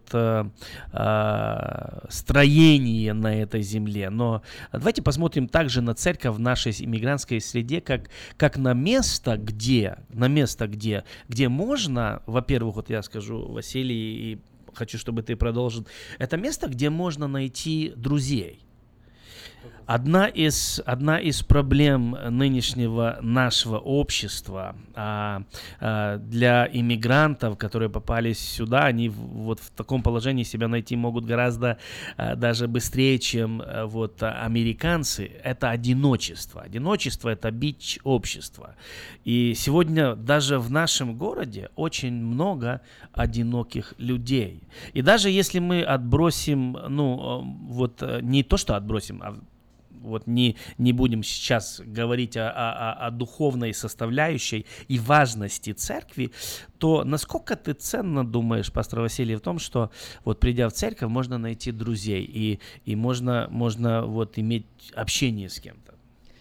[SPEAKER 13] строение на этой земле. Но давайте посмотрим также на церковь в нашей иммигрантской среде, как, как на место, где, на место, где, где можно, во-первых, вот я скажу, Василий, и хочу, чтобы ты продолжил. Это место, где можно найти друзей. Одна из, одна из проблем нынешнего нашего общества а, а, для иммигрантов, которые попали сюда, они в, вот в таком положении себя найти могут гораздо а, даже быстрее, чем а, вот, американцы. Это одиночество. Одиночество – это бич общества. И сегодня даже в нашем городе очень много одиноких людей. И даже если мы отбросим, ну, вот не то, что отбросим, а вот не, не будем сейчас говорить о, о, о духовной составляющей и важности церкви, то насколько ты ценно думаешь, пастор Василий, в том, что вот придя в церковь, можно найти друзей и, и можно, можно вот иметь общение с кем-то?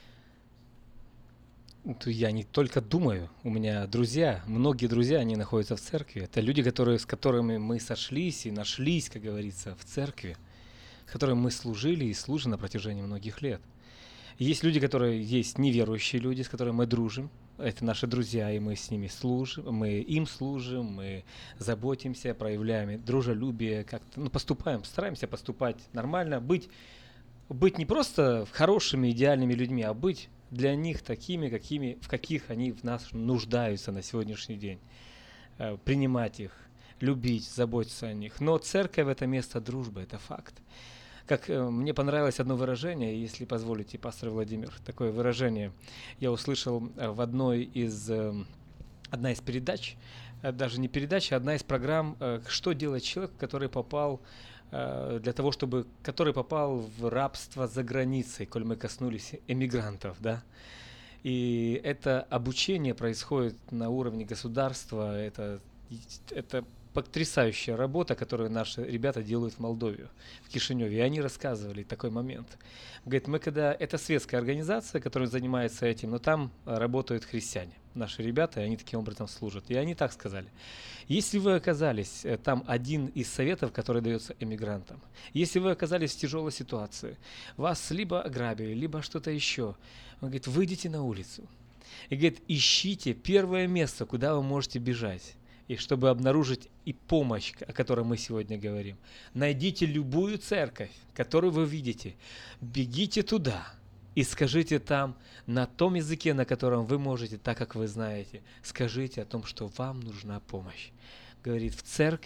[SPEAKER 14] Я не только думаю, у меня друзья, многие друзья, они находятся в церкви. Это люди, которые, с которыми мы сошлись и нашлись, как говорится, в церкви, которым мы служили и служим на протяжении многих лет. Есть люди, которые есть неверующие люди, с которыми мы дружим. Это наши друзья, и мы с ними служим, мы им служим, мы заботимся, проявляем дружелюбие, как-то, ну, поступаем, стараемся поступать нормально, быть, быть не просто хорошими, идеальными людьми, а быть для них такими, какими, в каких они в нас нуждаются на сегодняшний день. Принимать их, любить, заботиться о них. Но церковь – это место дружбы, это факт. Как э, мне понравилось одно выражение, если позволите, пастор Владимир, такое выражение я услышал э, в одной из, э, одна из передач, э, даже не передача, а одна из программ, э, что делать человек, который попал, э, для того, чтобы, который попал в рабство за границей, коль мы коснулись эмигрантов, да. И это обучение происходит на уровне государства, это, это потрясающая работа, которую наши ребята делают в Молдове, в Кишиневе. И они рассказывали такой момент. Говорит, мы когда... Это светская организация, которая занимается этим, но там работают христиане. Наши ребята, и они таким образом служат. И они так сказали. Если вы оказались, там один из советов, который дается эмигрантам, если вы оказались в тяжелой ситуации, вас либо ограбили, либо что-то еще, он говорит, выйдите на улицу. И говорит, ищите первое место, куда вы можете бежать. И чтобы обнаружить и помощь, о которой мы сегодня говорим, найдите любую церковь, которую вы видите, бегите туда и скажите там на том языке, на котором вы можете, так как вы знаете, скажите о том, что вам нужна помощь. Говорит, в церкви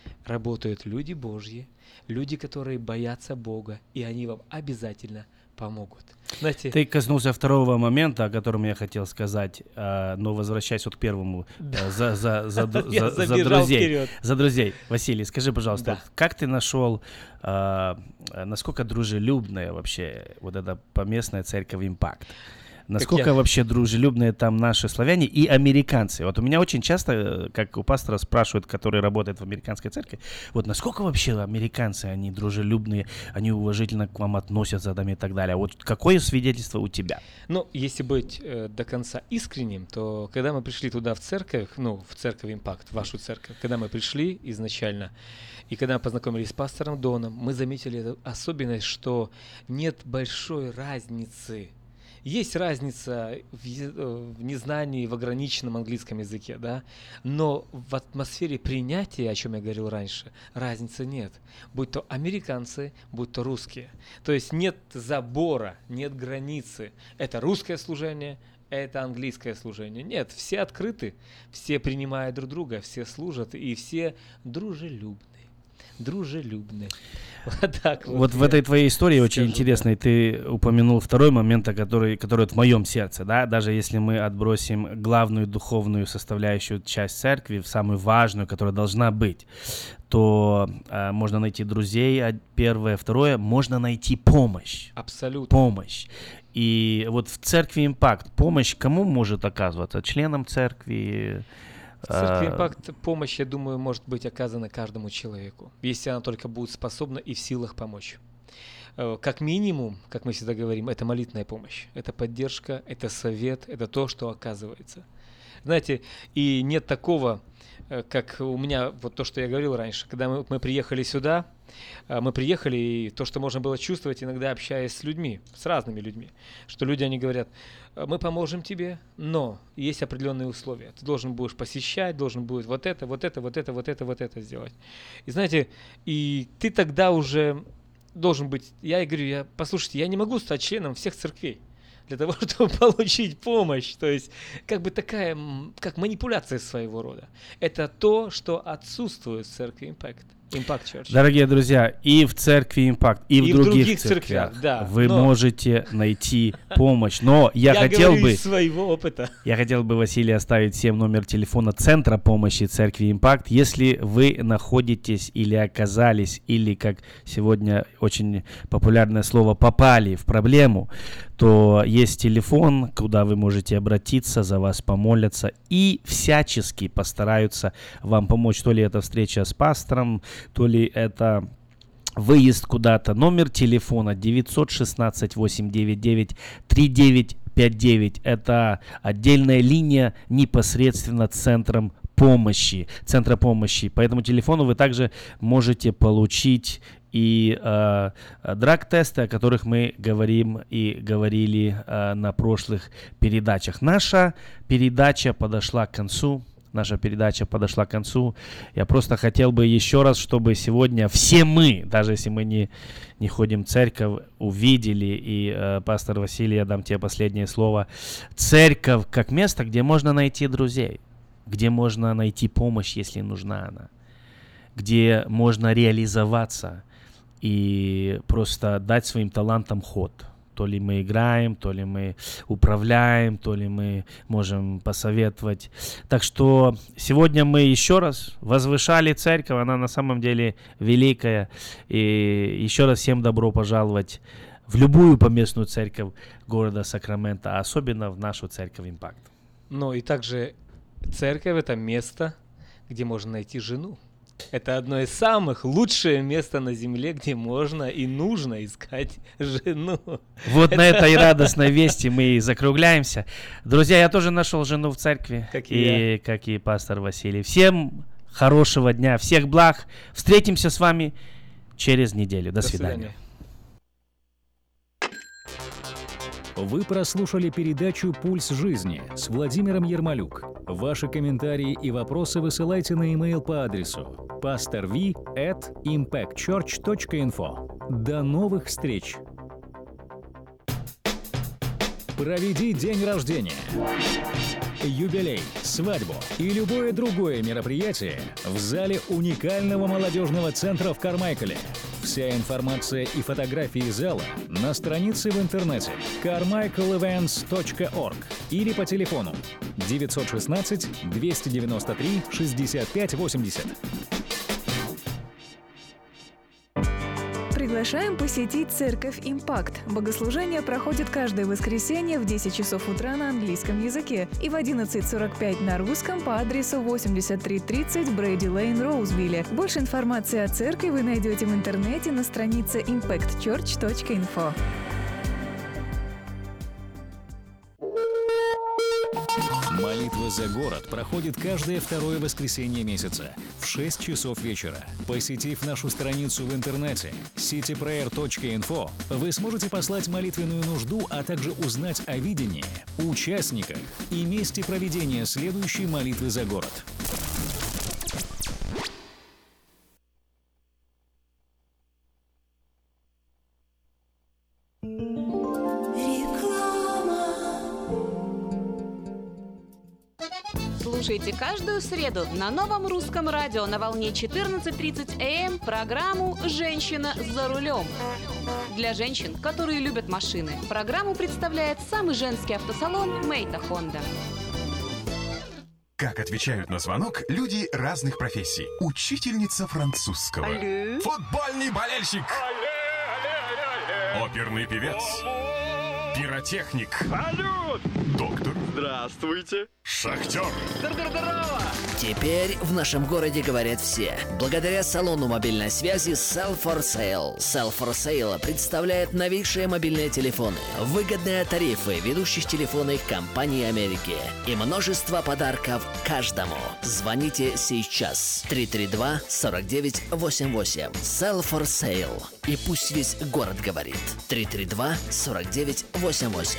[SPEAKER 14] работают люди Божьи, люди, которые боятся Бога, и они вам обязательно помогут. Знаете,
[SPEAKER 13] ты коснулся второго момента, о котором я хотел сказать, э, но возвращаясь вот к первому, э, за, за, за, за, за, за друзей. Вперед. За друзей. Василий, скажи, пожалуйста, да. как ты нашел, э, насколько дружелюбная вообще вот эта поместная церковь «Импакт»? Насколько я... вообще дружелюбные там наши славяне и американцы? Вот у меня очень часто, как у пастора спрашивают, который работает в американской церкви, вот насколько вообще американцы, они дружелюбные, они уважительно к вам относятся там и так далее. Вот какое свидетельство у тебя?
[SPEAKER 14] Ну, если быть э, до конца искренним, то когда мы пришли туда в церковь, ну, в церковь «Импакт», вашу церковь, когда мы пришли изначально, и когда мы познакомились с пастором Доном, мы заметили эту особенность, что нет большой разницы. Есть разница в, в незнании, в ограниченном английском языке, да, но в атмосфере принятия, о чем я говорил раньше, разницы нет. Будь то американцы, будь то русские. То есть нет забора, нет границы. Это русское служение, это английское служение. Нет, все открыты, все принимают друг друга, все служат, и все дружелюбны. Дружелюбны. Вот, так вот,
[SPEAKER 13] вот в этой твоей истории скажу, очень интересной, да. Ты упомянул второй момент, который, который в моем сердце, да, даже если мы отбросим главную духовную составляющую часть церкви, самую важную, которая должна быть, то а, можно найти друзей, а первое, второе, можно найти помощь.
[SPEAKER 14] Абсолютно.
[SPEAKER 13] Помощь. И вот в церкви «Импакт» помощь кому может оказываться? Членам церкви?
[SPEAKER 14] В церкви «Импакт» помощь, я думаю, может быть оказана каждому человеку, если она только будет способна и в силах помочь. Как минимум, как мы всегда говорим, это молитвенная помощь, это поддержка, это совет, это то, что оказывается. Знаете, и нет такого, как у меня, вот то, что я говорил раньше, когда мы, мы приехали сюда, мы приехали, и то, что можно было чувствовать, иногда общаясь с людьми, с разными людьми, что люди, они говорят, мы поможем тебе, но есть определенные условия. Ты должен будешь посещать, должен будет вот это, вот это, вот это, вот это, вот это сделать. И знаете, и ты тогда уже должен быть, я и говорю, я, послушайте, я не могу стать членом всех церквей для того, чтобы получить помощь. То есть, как бы такая, как манипуляция своего рода. Это то, что отсутствует в церкви «Импакт». Impact Church.
[SPEAKER 13] Дорогие друзья, и в церкви «Импакт», и, и в других, других церквях, церквях да, вы но... можете найти помощь. Но я, я хотел бы,
[SPEAKER 14] из своего опыта.
[SPEAKER 13] Я хотел бы, Василий, оставить всем номер телефона Центра помощи церкви «Импакт». Если вы находитесь или оказались, или, как сегодня очень популярное слово, попали в проблему, то есть телефон, куда вы можете обратиться, за вас помолятся и всячески постараются вам помочь. То ли это встреча с пастором, то ли это выезд куда-то. Номер телефона девять один шесть восемь девять девять три девять пять девять. Это отдельная линия непосредственно центром помощи, центра помощи. По этому телефону вы также можете получить и э, драг-тесты, о которых мы говорим и говорили э, на прошлых передачах. Наша передача подошла к концу. Наша передача подошла к концу. Я просто хотел бы еще раз, чтобы сегодня все мы, даже если мы не, не ходим в церковь, увидели, и э, пастор Василий, я дам тебе последнее слово, церковь как место, где можно найти друзей, где можно найти помощь, если нужна она, где можно реализоваться и просто дать своим талантам ход. То ли мы играем, то ли мы управляем, то ли мы можем посоветовать. Так что сегодня мы еще раз возвышали церковь, она на самом деле великая. И еще раз всем добро пожаловать в любую поместную церковь города Сакраменто, а особенно в нашу церковь «Импакт».
[SPEAKER 14] Ну и также церковь — это место, где можно найти жену. Это одно из самых лучших мест на земле, где можно и нужно искать жену.
[SPEAKER 13] Вот на этой радостной вести мы и закругляемся. Друзья, я тоже нашел жену в церкви, как и, и как и пастор Василий. Всем хорошего дня, всех благ. Встретимся с вами через неделю. До, До свидания. свидания.
[SPEAKER 11] Вы прослушали передачу «Пульс жизни» с Владимиром Ермолюк. Ваши комментарии и вопросы высылайте на e-mail по адресу pastorv at impactchurch точка info. До новых встреч! Проведи день рождения. юбилей, свадьбу и любое другое мероприятие в зале уникального молодежного центра в Кармайкале. Вся информация и фотографии зала на странице в интернете кармайкл ивентс точка орг или по телефону девятьсот шестнадцать двести девяносто три шестьдесят пять восемьдесят.
[SPEAKER 12] Приглашаем посетить церковь «Импакт». Богослужение проходит каждое воскресенье в десять часов утра на английском языке и в одиннадцать сорок пять на русском по адресу восемьдесят три тридцать Брейди Лейн, Роузвилле. Больше информации о церкви вы найдете в интернете на странице импакт черч точка инфо.
[SPEAKER 11] Молитва за город проходит каждое второе воскресенье месяца в шесть часов вечера. Посетив нашу страницу в интернете сити преер точка инфо, вы сможете послать молитвенную нужду, а также узнать о видении, участниках и месте проведения следующей молитвы за город.
[SPEAKER 15] Слушайте каждую среду на Новом русском радио на волне четырнадцать тридцать эй эм программу «Женщина за рулем». Для женщин, которые любят машины, программу представляет самый женский автосалон «Мейта Хонда».
[SPEAKER 16] Как отвечают на звонок люди разных профессий. Учительница французского.
[SPEAKER 15] Алле.
[SPEAKER 16] Футбольный болельщик. Алле, алле, алле. Оперный певец. Пиротехник. Салют! Доктор.
[SPEAKER 17] Здравствуйте.
[SPEAKER 16] Шахтер.
[SPEAKER 17] Здорово!
[SPEAKER 18] Теперь в нашем городе говорят все. Благодаря салону мобильной связи Sell for Sale. Sell for Sale представляет новейшие мобильные телефоны, выгодные тарифы ведущих телефонных компаний Америки и множество подарков каждому. Звоните сейчас. три три два сорок девять восемьдесят восемь. Sell for Sale. И пусть весь город говорит. три три два сорок девять восемьдесят восемь.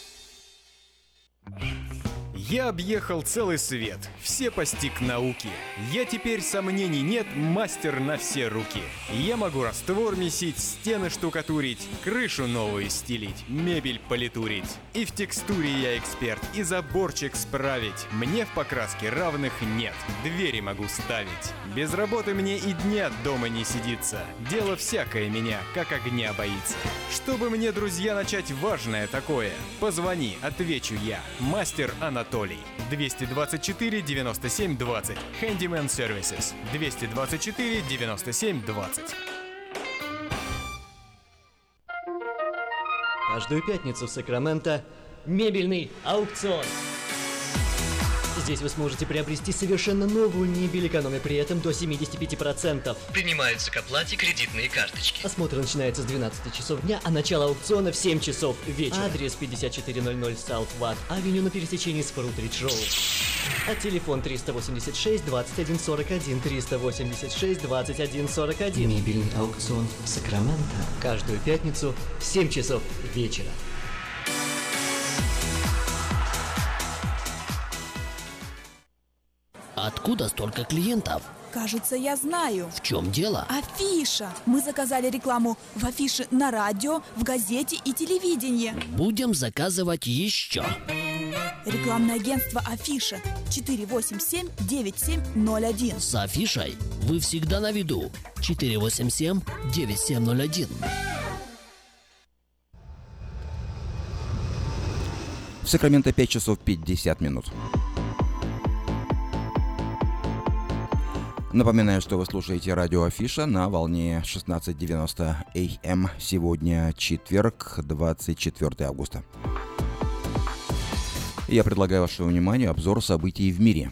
[SPEAKER 19] Я объехал целый свет, все постиг науки. Я теперь, сомнений нет, мастер на все руки. Я могу раствор месить, стены штукатурить, крышу новую стелить, мебель политурить. И в текстуре я эксперт, и заборчик справить. Мне в покраске равных нет, двери могу ставить. Без работы мне и дня дома не сидится. Дело всякое меня, как огня боится. Чтобы мне, друзья, начать важное такое, позвони, отвечу я. Мастер Анатолий. двести двадцать четыре девяносто семь двадцать. Handyman Services. двести двадцать четыре девяносто семь двадцать.
[SPEAKER 8] Каждую пятницу в Сакраменто мебельный аукцион. Здесь вы сможете приобрести совершенно новую мебель, экономя при этом до семьдесят пять процентов.
[SPEAKER 20] Принимаются к оплате кредитные карточки.
[SPEAKER 8] Осмотр начинается с двенадцати часов дня, а начало аукциона в семь часов вечера. Адрес пятьдесят четыре ноль ноль South Watt Avenue на пересечении с Фрутридж Роуд. А телефон триста восемьдесят шесть двадцать один сорок один, триста восемьдесят шесть двадцать один сорок один.
[SPEAKER 20] Мебельный аукцион Сакраменто.
[SPEAKER 8] Каждую пятницу в семь часов вечера.
[SPEAKER 18] Откуда столько клиентов?
[SPEAKER 21] Кажется, я знаю.
[SPEAKER 18] В чем дело?
[SPEAKER 21] Афиша. Мы заказали рекламу в афише на радио, в газете и телевидении.
[SPEAKER 18] Будем заказывать еще.
[SPEAKER 21] Рекламное агентство Афиша. четыре восемь семь девять семь ноль один.
[SPEAKER 18] С Афишей вы всегда на виду. четыре восемь семь девять семь ноль один.
[SPEAKER 1] В Сакраменто пять часов пятьдесят минут. Напоминаю, что вы слушаете радио Афиша на волне шестнадцать девяносто эй эм. Сегодня четверг, двадцать четвёртого августа. Я предлагаю вашему вниманию обзор событий в мире.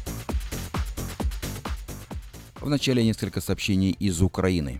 [SPEAKER 1] Вначале несколько сообщений из Украины.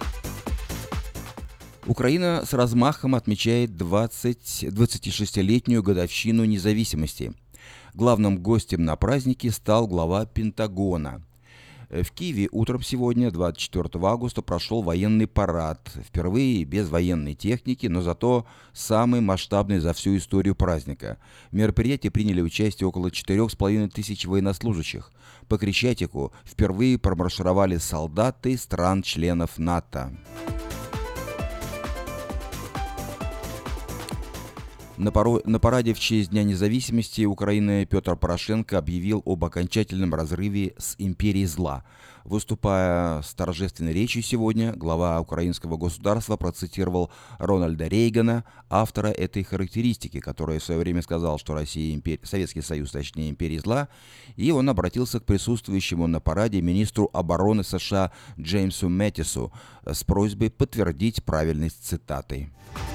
[SPEAKER 1] Украина с размахом отмечает двадцатишестилетнюю годовщину независимости. Главным гостем на празднике стал глава Пентагона. В Киеве утром сегодня, двадцать четвёртого августа, прошел военный парад. Впервые без военной техники, но зато самый масштабный за всю историю праздника. В мероприятии приняли участие около четырех с половиной тысяч военнослужащих. По Крещатику впервые промаршировали солдаты стран-членов НАТО. На, поро... на параде в честь Дня независимости Украины Петр Порошенко объявил об окончательном разрыве с империей зла. Выступая с торжественной речью сегодня, глава украинского государства процитировал Рональда Рейгана, автора этой характеристики, который в свое время сказал, что Россия импер... Советский Союз, точнее, империя зла, и он обратился к присутствующему на параде министру обороны США Джеймсу Мэттису с просьбой подтвердить правильность цитаты.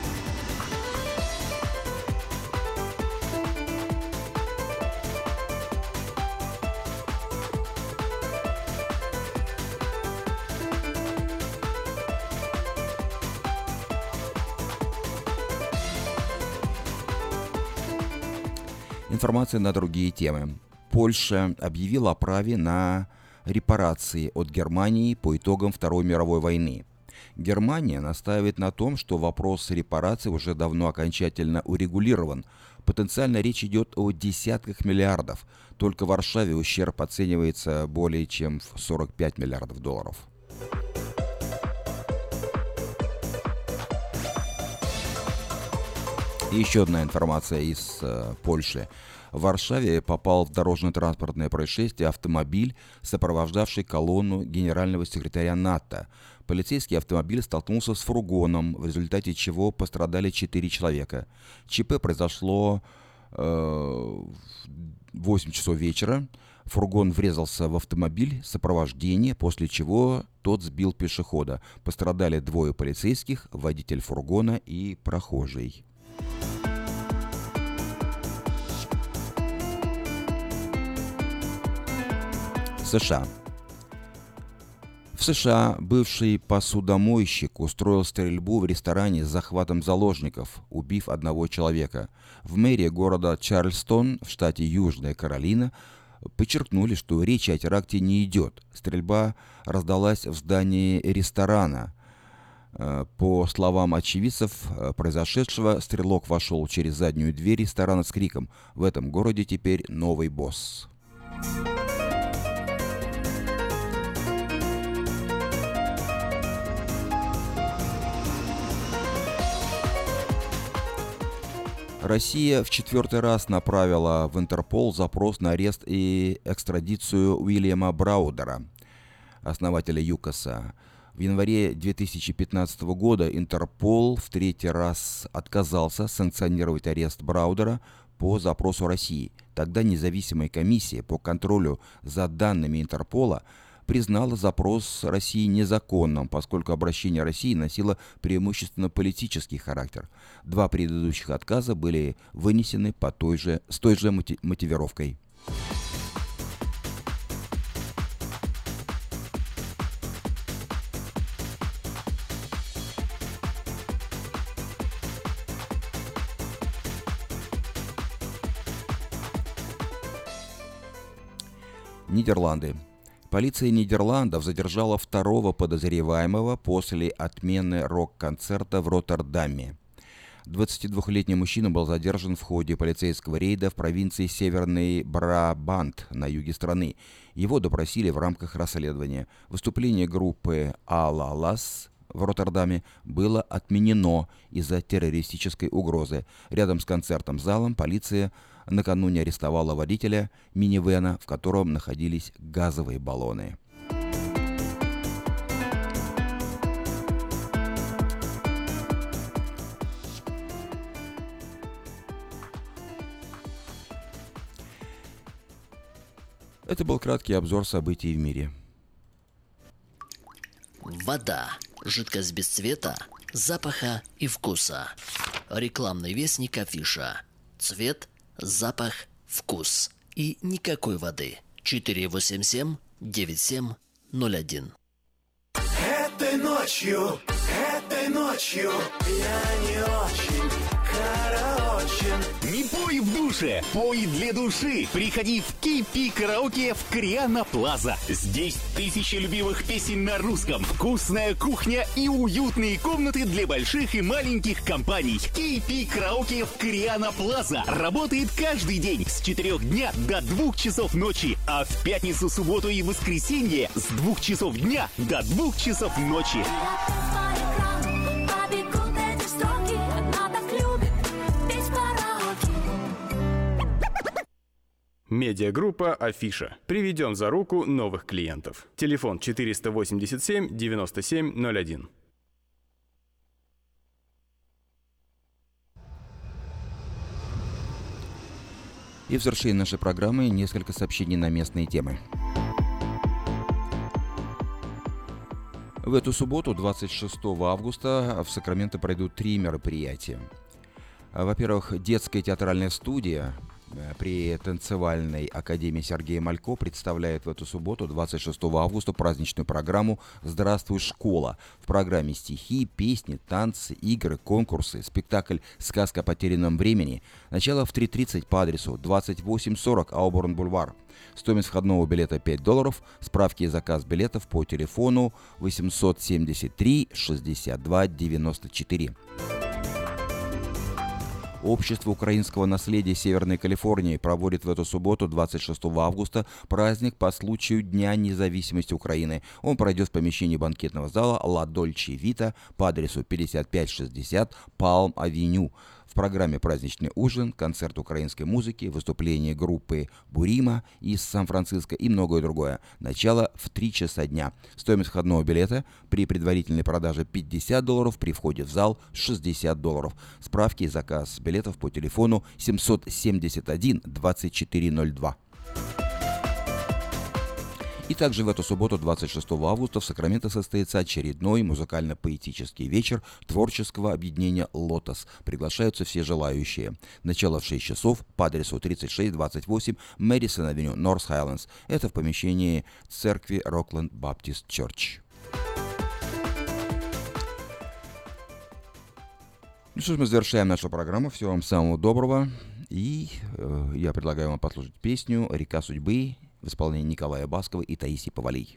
[SPEAKER 1] Информация на другие темы. Польша объявила о праве на репарации от Германии по итогам Второй мировой войны. Германия настаивает на том, что вопрос репараций уже давно окончательно урегулирован. Потенциально речь идет о десятках миллиардов. Только в Варшаве ущерб оценивается более чем в сорок пять миллиардов долларов. И еще одна информация из э, Польши. В Варшаве попал в дорожно-транспортное происшествие автомобиль, сопровождавший колонну генерального секретаря НАТО. Полицейский автомобиль столкнулся с фургоном, в результате чего пострадали четыре человека. ЧП произошло э, в восемь часов вечера. Фургон врезался в автомобиль сопровождения, после чего тот сбил пешехода. Пострадали двое полицейских, водитель фургона и прохожий. США. В США бывший посудомойщик устроил стрельбу в ресторане с захватом заложников, убив одного человека. В мэрии города Чарльстон в штате Южная Каролина подчеркнули, что речи о теракте не идет. Стрельба раздалась в здании ресторана. По словам очевидцев произошедшего, стрелок вошел через заднюю дверь ресторана с криком: «В этом городе теперь новый босс». Россия в четвертый раз направила в Интерпол запрос на арест и экстрадицию Уильяма Браудера, основателя ЮКОСа. В январе две тысячи пятнадцатого года Интерпол в третий раз отказался санкционировать арест Браудера по запросу России. Тогда независимая комиссия по контролю за данными Интерпола признала запрос России незаконным, поскольку обращение России носило преимущественно политический характер. Два предыдущих отказа были вынесены по той же, с той же мотив, мотивировкой. Нидерланды. Полиция Нидерландов задержала второго подозреваемого после отмены рок-концерта в Роттердаме. двадцатидвухлетний мужчина был задержан в ходе полицейского рейда в провинции Северный Брабант на юге страны. Его допросили в рамках расследования. Выступление группы «Алалас» в Роттердаме было отменено из-за террористической угрозы. Рядом с концертным залом полиция накануне арестовала водителя минивэна, в котором находились газовые баллоны. Это был краткий обзор событий в мире.
[SPEAKER 18] Вода. Жидкость без цвета, запаха и вкуса. Рекламный вестник афиша. Цвет, запах, вкус. И никакой воды. четыре восемь семь девять семь ноль один.
[SPEAKER 2] Этой ночью, этой ночью я не очень караочен.
[SPEAKER 9] Не пой в душе, пой для души. Приходи в кей пи Караоке в Криана Плаза. Здесь тысячи любимых песен на русском, вкусная кухня и уютные комнаты для больших и маленьких компаний. кей пи Караоке в Криана Плаза работает каждый день с четырёх дня до двух часов ночи, а в пятницу, субботу и воскресенье с двух часов дня до двух часов ночи.
[SPEAKER 3] Побегут эти строки, она так любит петь по
[SPEAKER 19] Медиагруппа «Афиша». Приведем за руку новых клиентов. Телефон четыреста восемьдесят семь девяносто семь ноль один.
[SPEAKER 1] И в завершении нашей программы несколько сообщений на местные темы. В эту субботу, двадцать шестого августа, в Сакраменто пройдут три мероприятия. Во-первых, детская театральная студия при танцевальной академии Сергея Малько представляет в эту субботу, двадцать шестого августа, праздничную программу «Здравствуй, школа». В программе стихи, песни, танцы, игры, конкурсы, спектакль «Сказка о потерянном времени». Начало в три тридцать по адресу двадцать восемь сорок Ауборн-Бульвар. Стоимость входного билета пять долларов. Справки и заказ билетов по телефону восемьсот семьдесят три шестьдесят два девяносто четыре. Общество украинского наследия Северной Калифорнии проводит в эту субботу, двадцать шестого августа, праздник по случаю Дня независимости Украины. Он пройдет в помещении банкетного зала «Ла Дольче Вита» по адресу пятьдесят пять шестьдесят Палм-авеню. В программе праздничный ужин, концерт украинской музыки, выступление группы «Бурима» из Сан-Франциско и многое другое. Начало в три часа дня. Стоимость входного билета при предварительной продаже пятьдесят долларов, при входе в зал шестьдесят долларов. Справки и заказ билетов по телефону семьсот семьдесят один двадцать четыре ноль два. И также в эту субботу, двадцать шестого августа, в Сакраменто состоится очередной музыкально-поэтический вечер творческого объединения «Лотос». Приглашаются все желающие. Начало в шесть часов по адресу тридцать шесть двадцать восемь Мэдисон-авеню, Норс Хайлендс. Это в помещении церкви Рокленд Баптист Чёрч. Ну что ж, мы завершаем нашу программу. Всего вам самого доброго. И э, я предлагаю вам послушать песню «Река судьбы» в исполнении Николая Баскова и Таисии Повалий.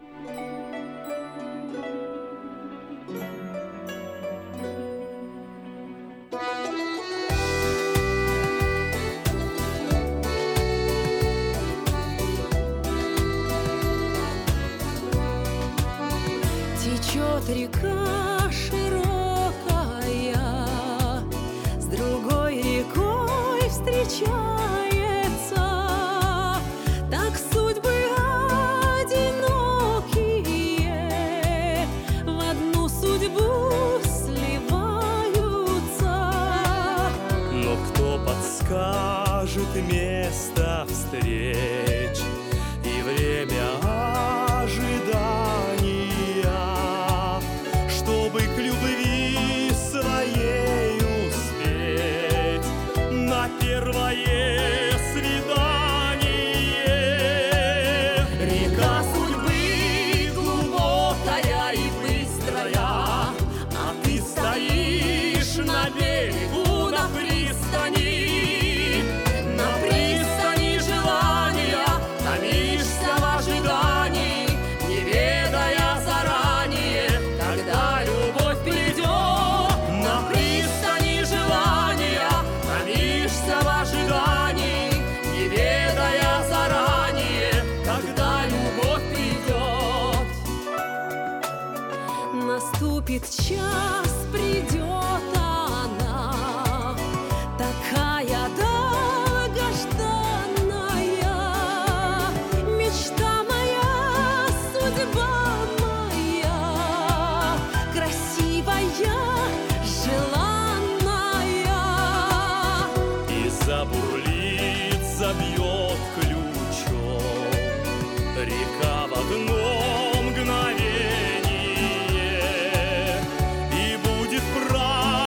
[SPEAKER 3] Течет река широкая, с другой рекой встречается. Так судьбы одинокие в одну судьбу сливаются.
[SPEAKER 2] Но кто подскажет место встреч?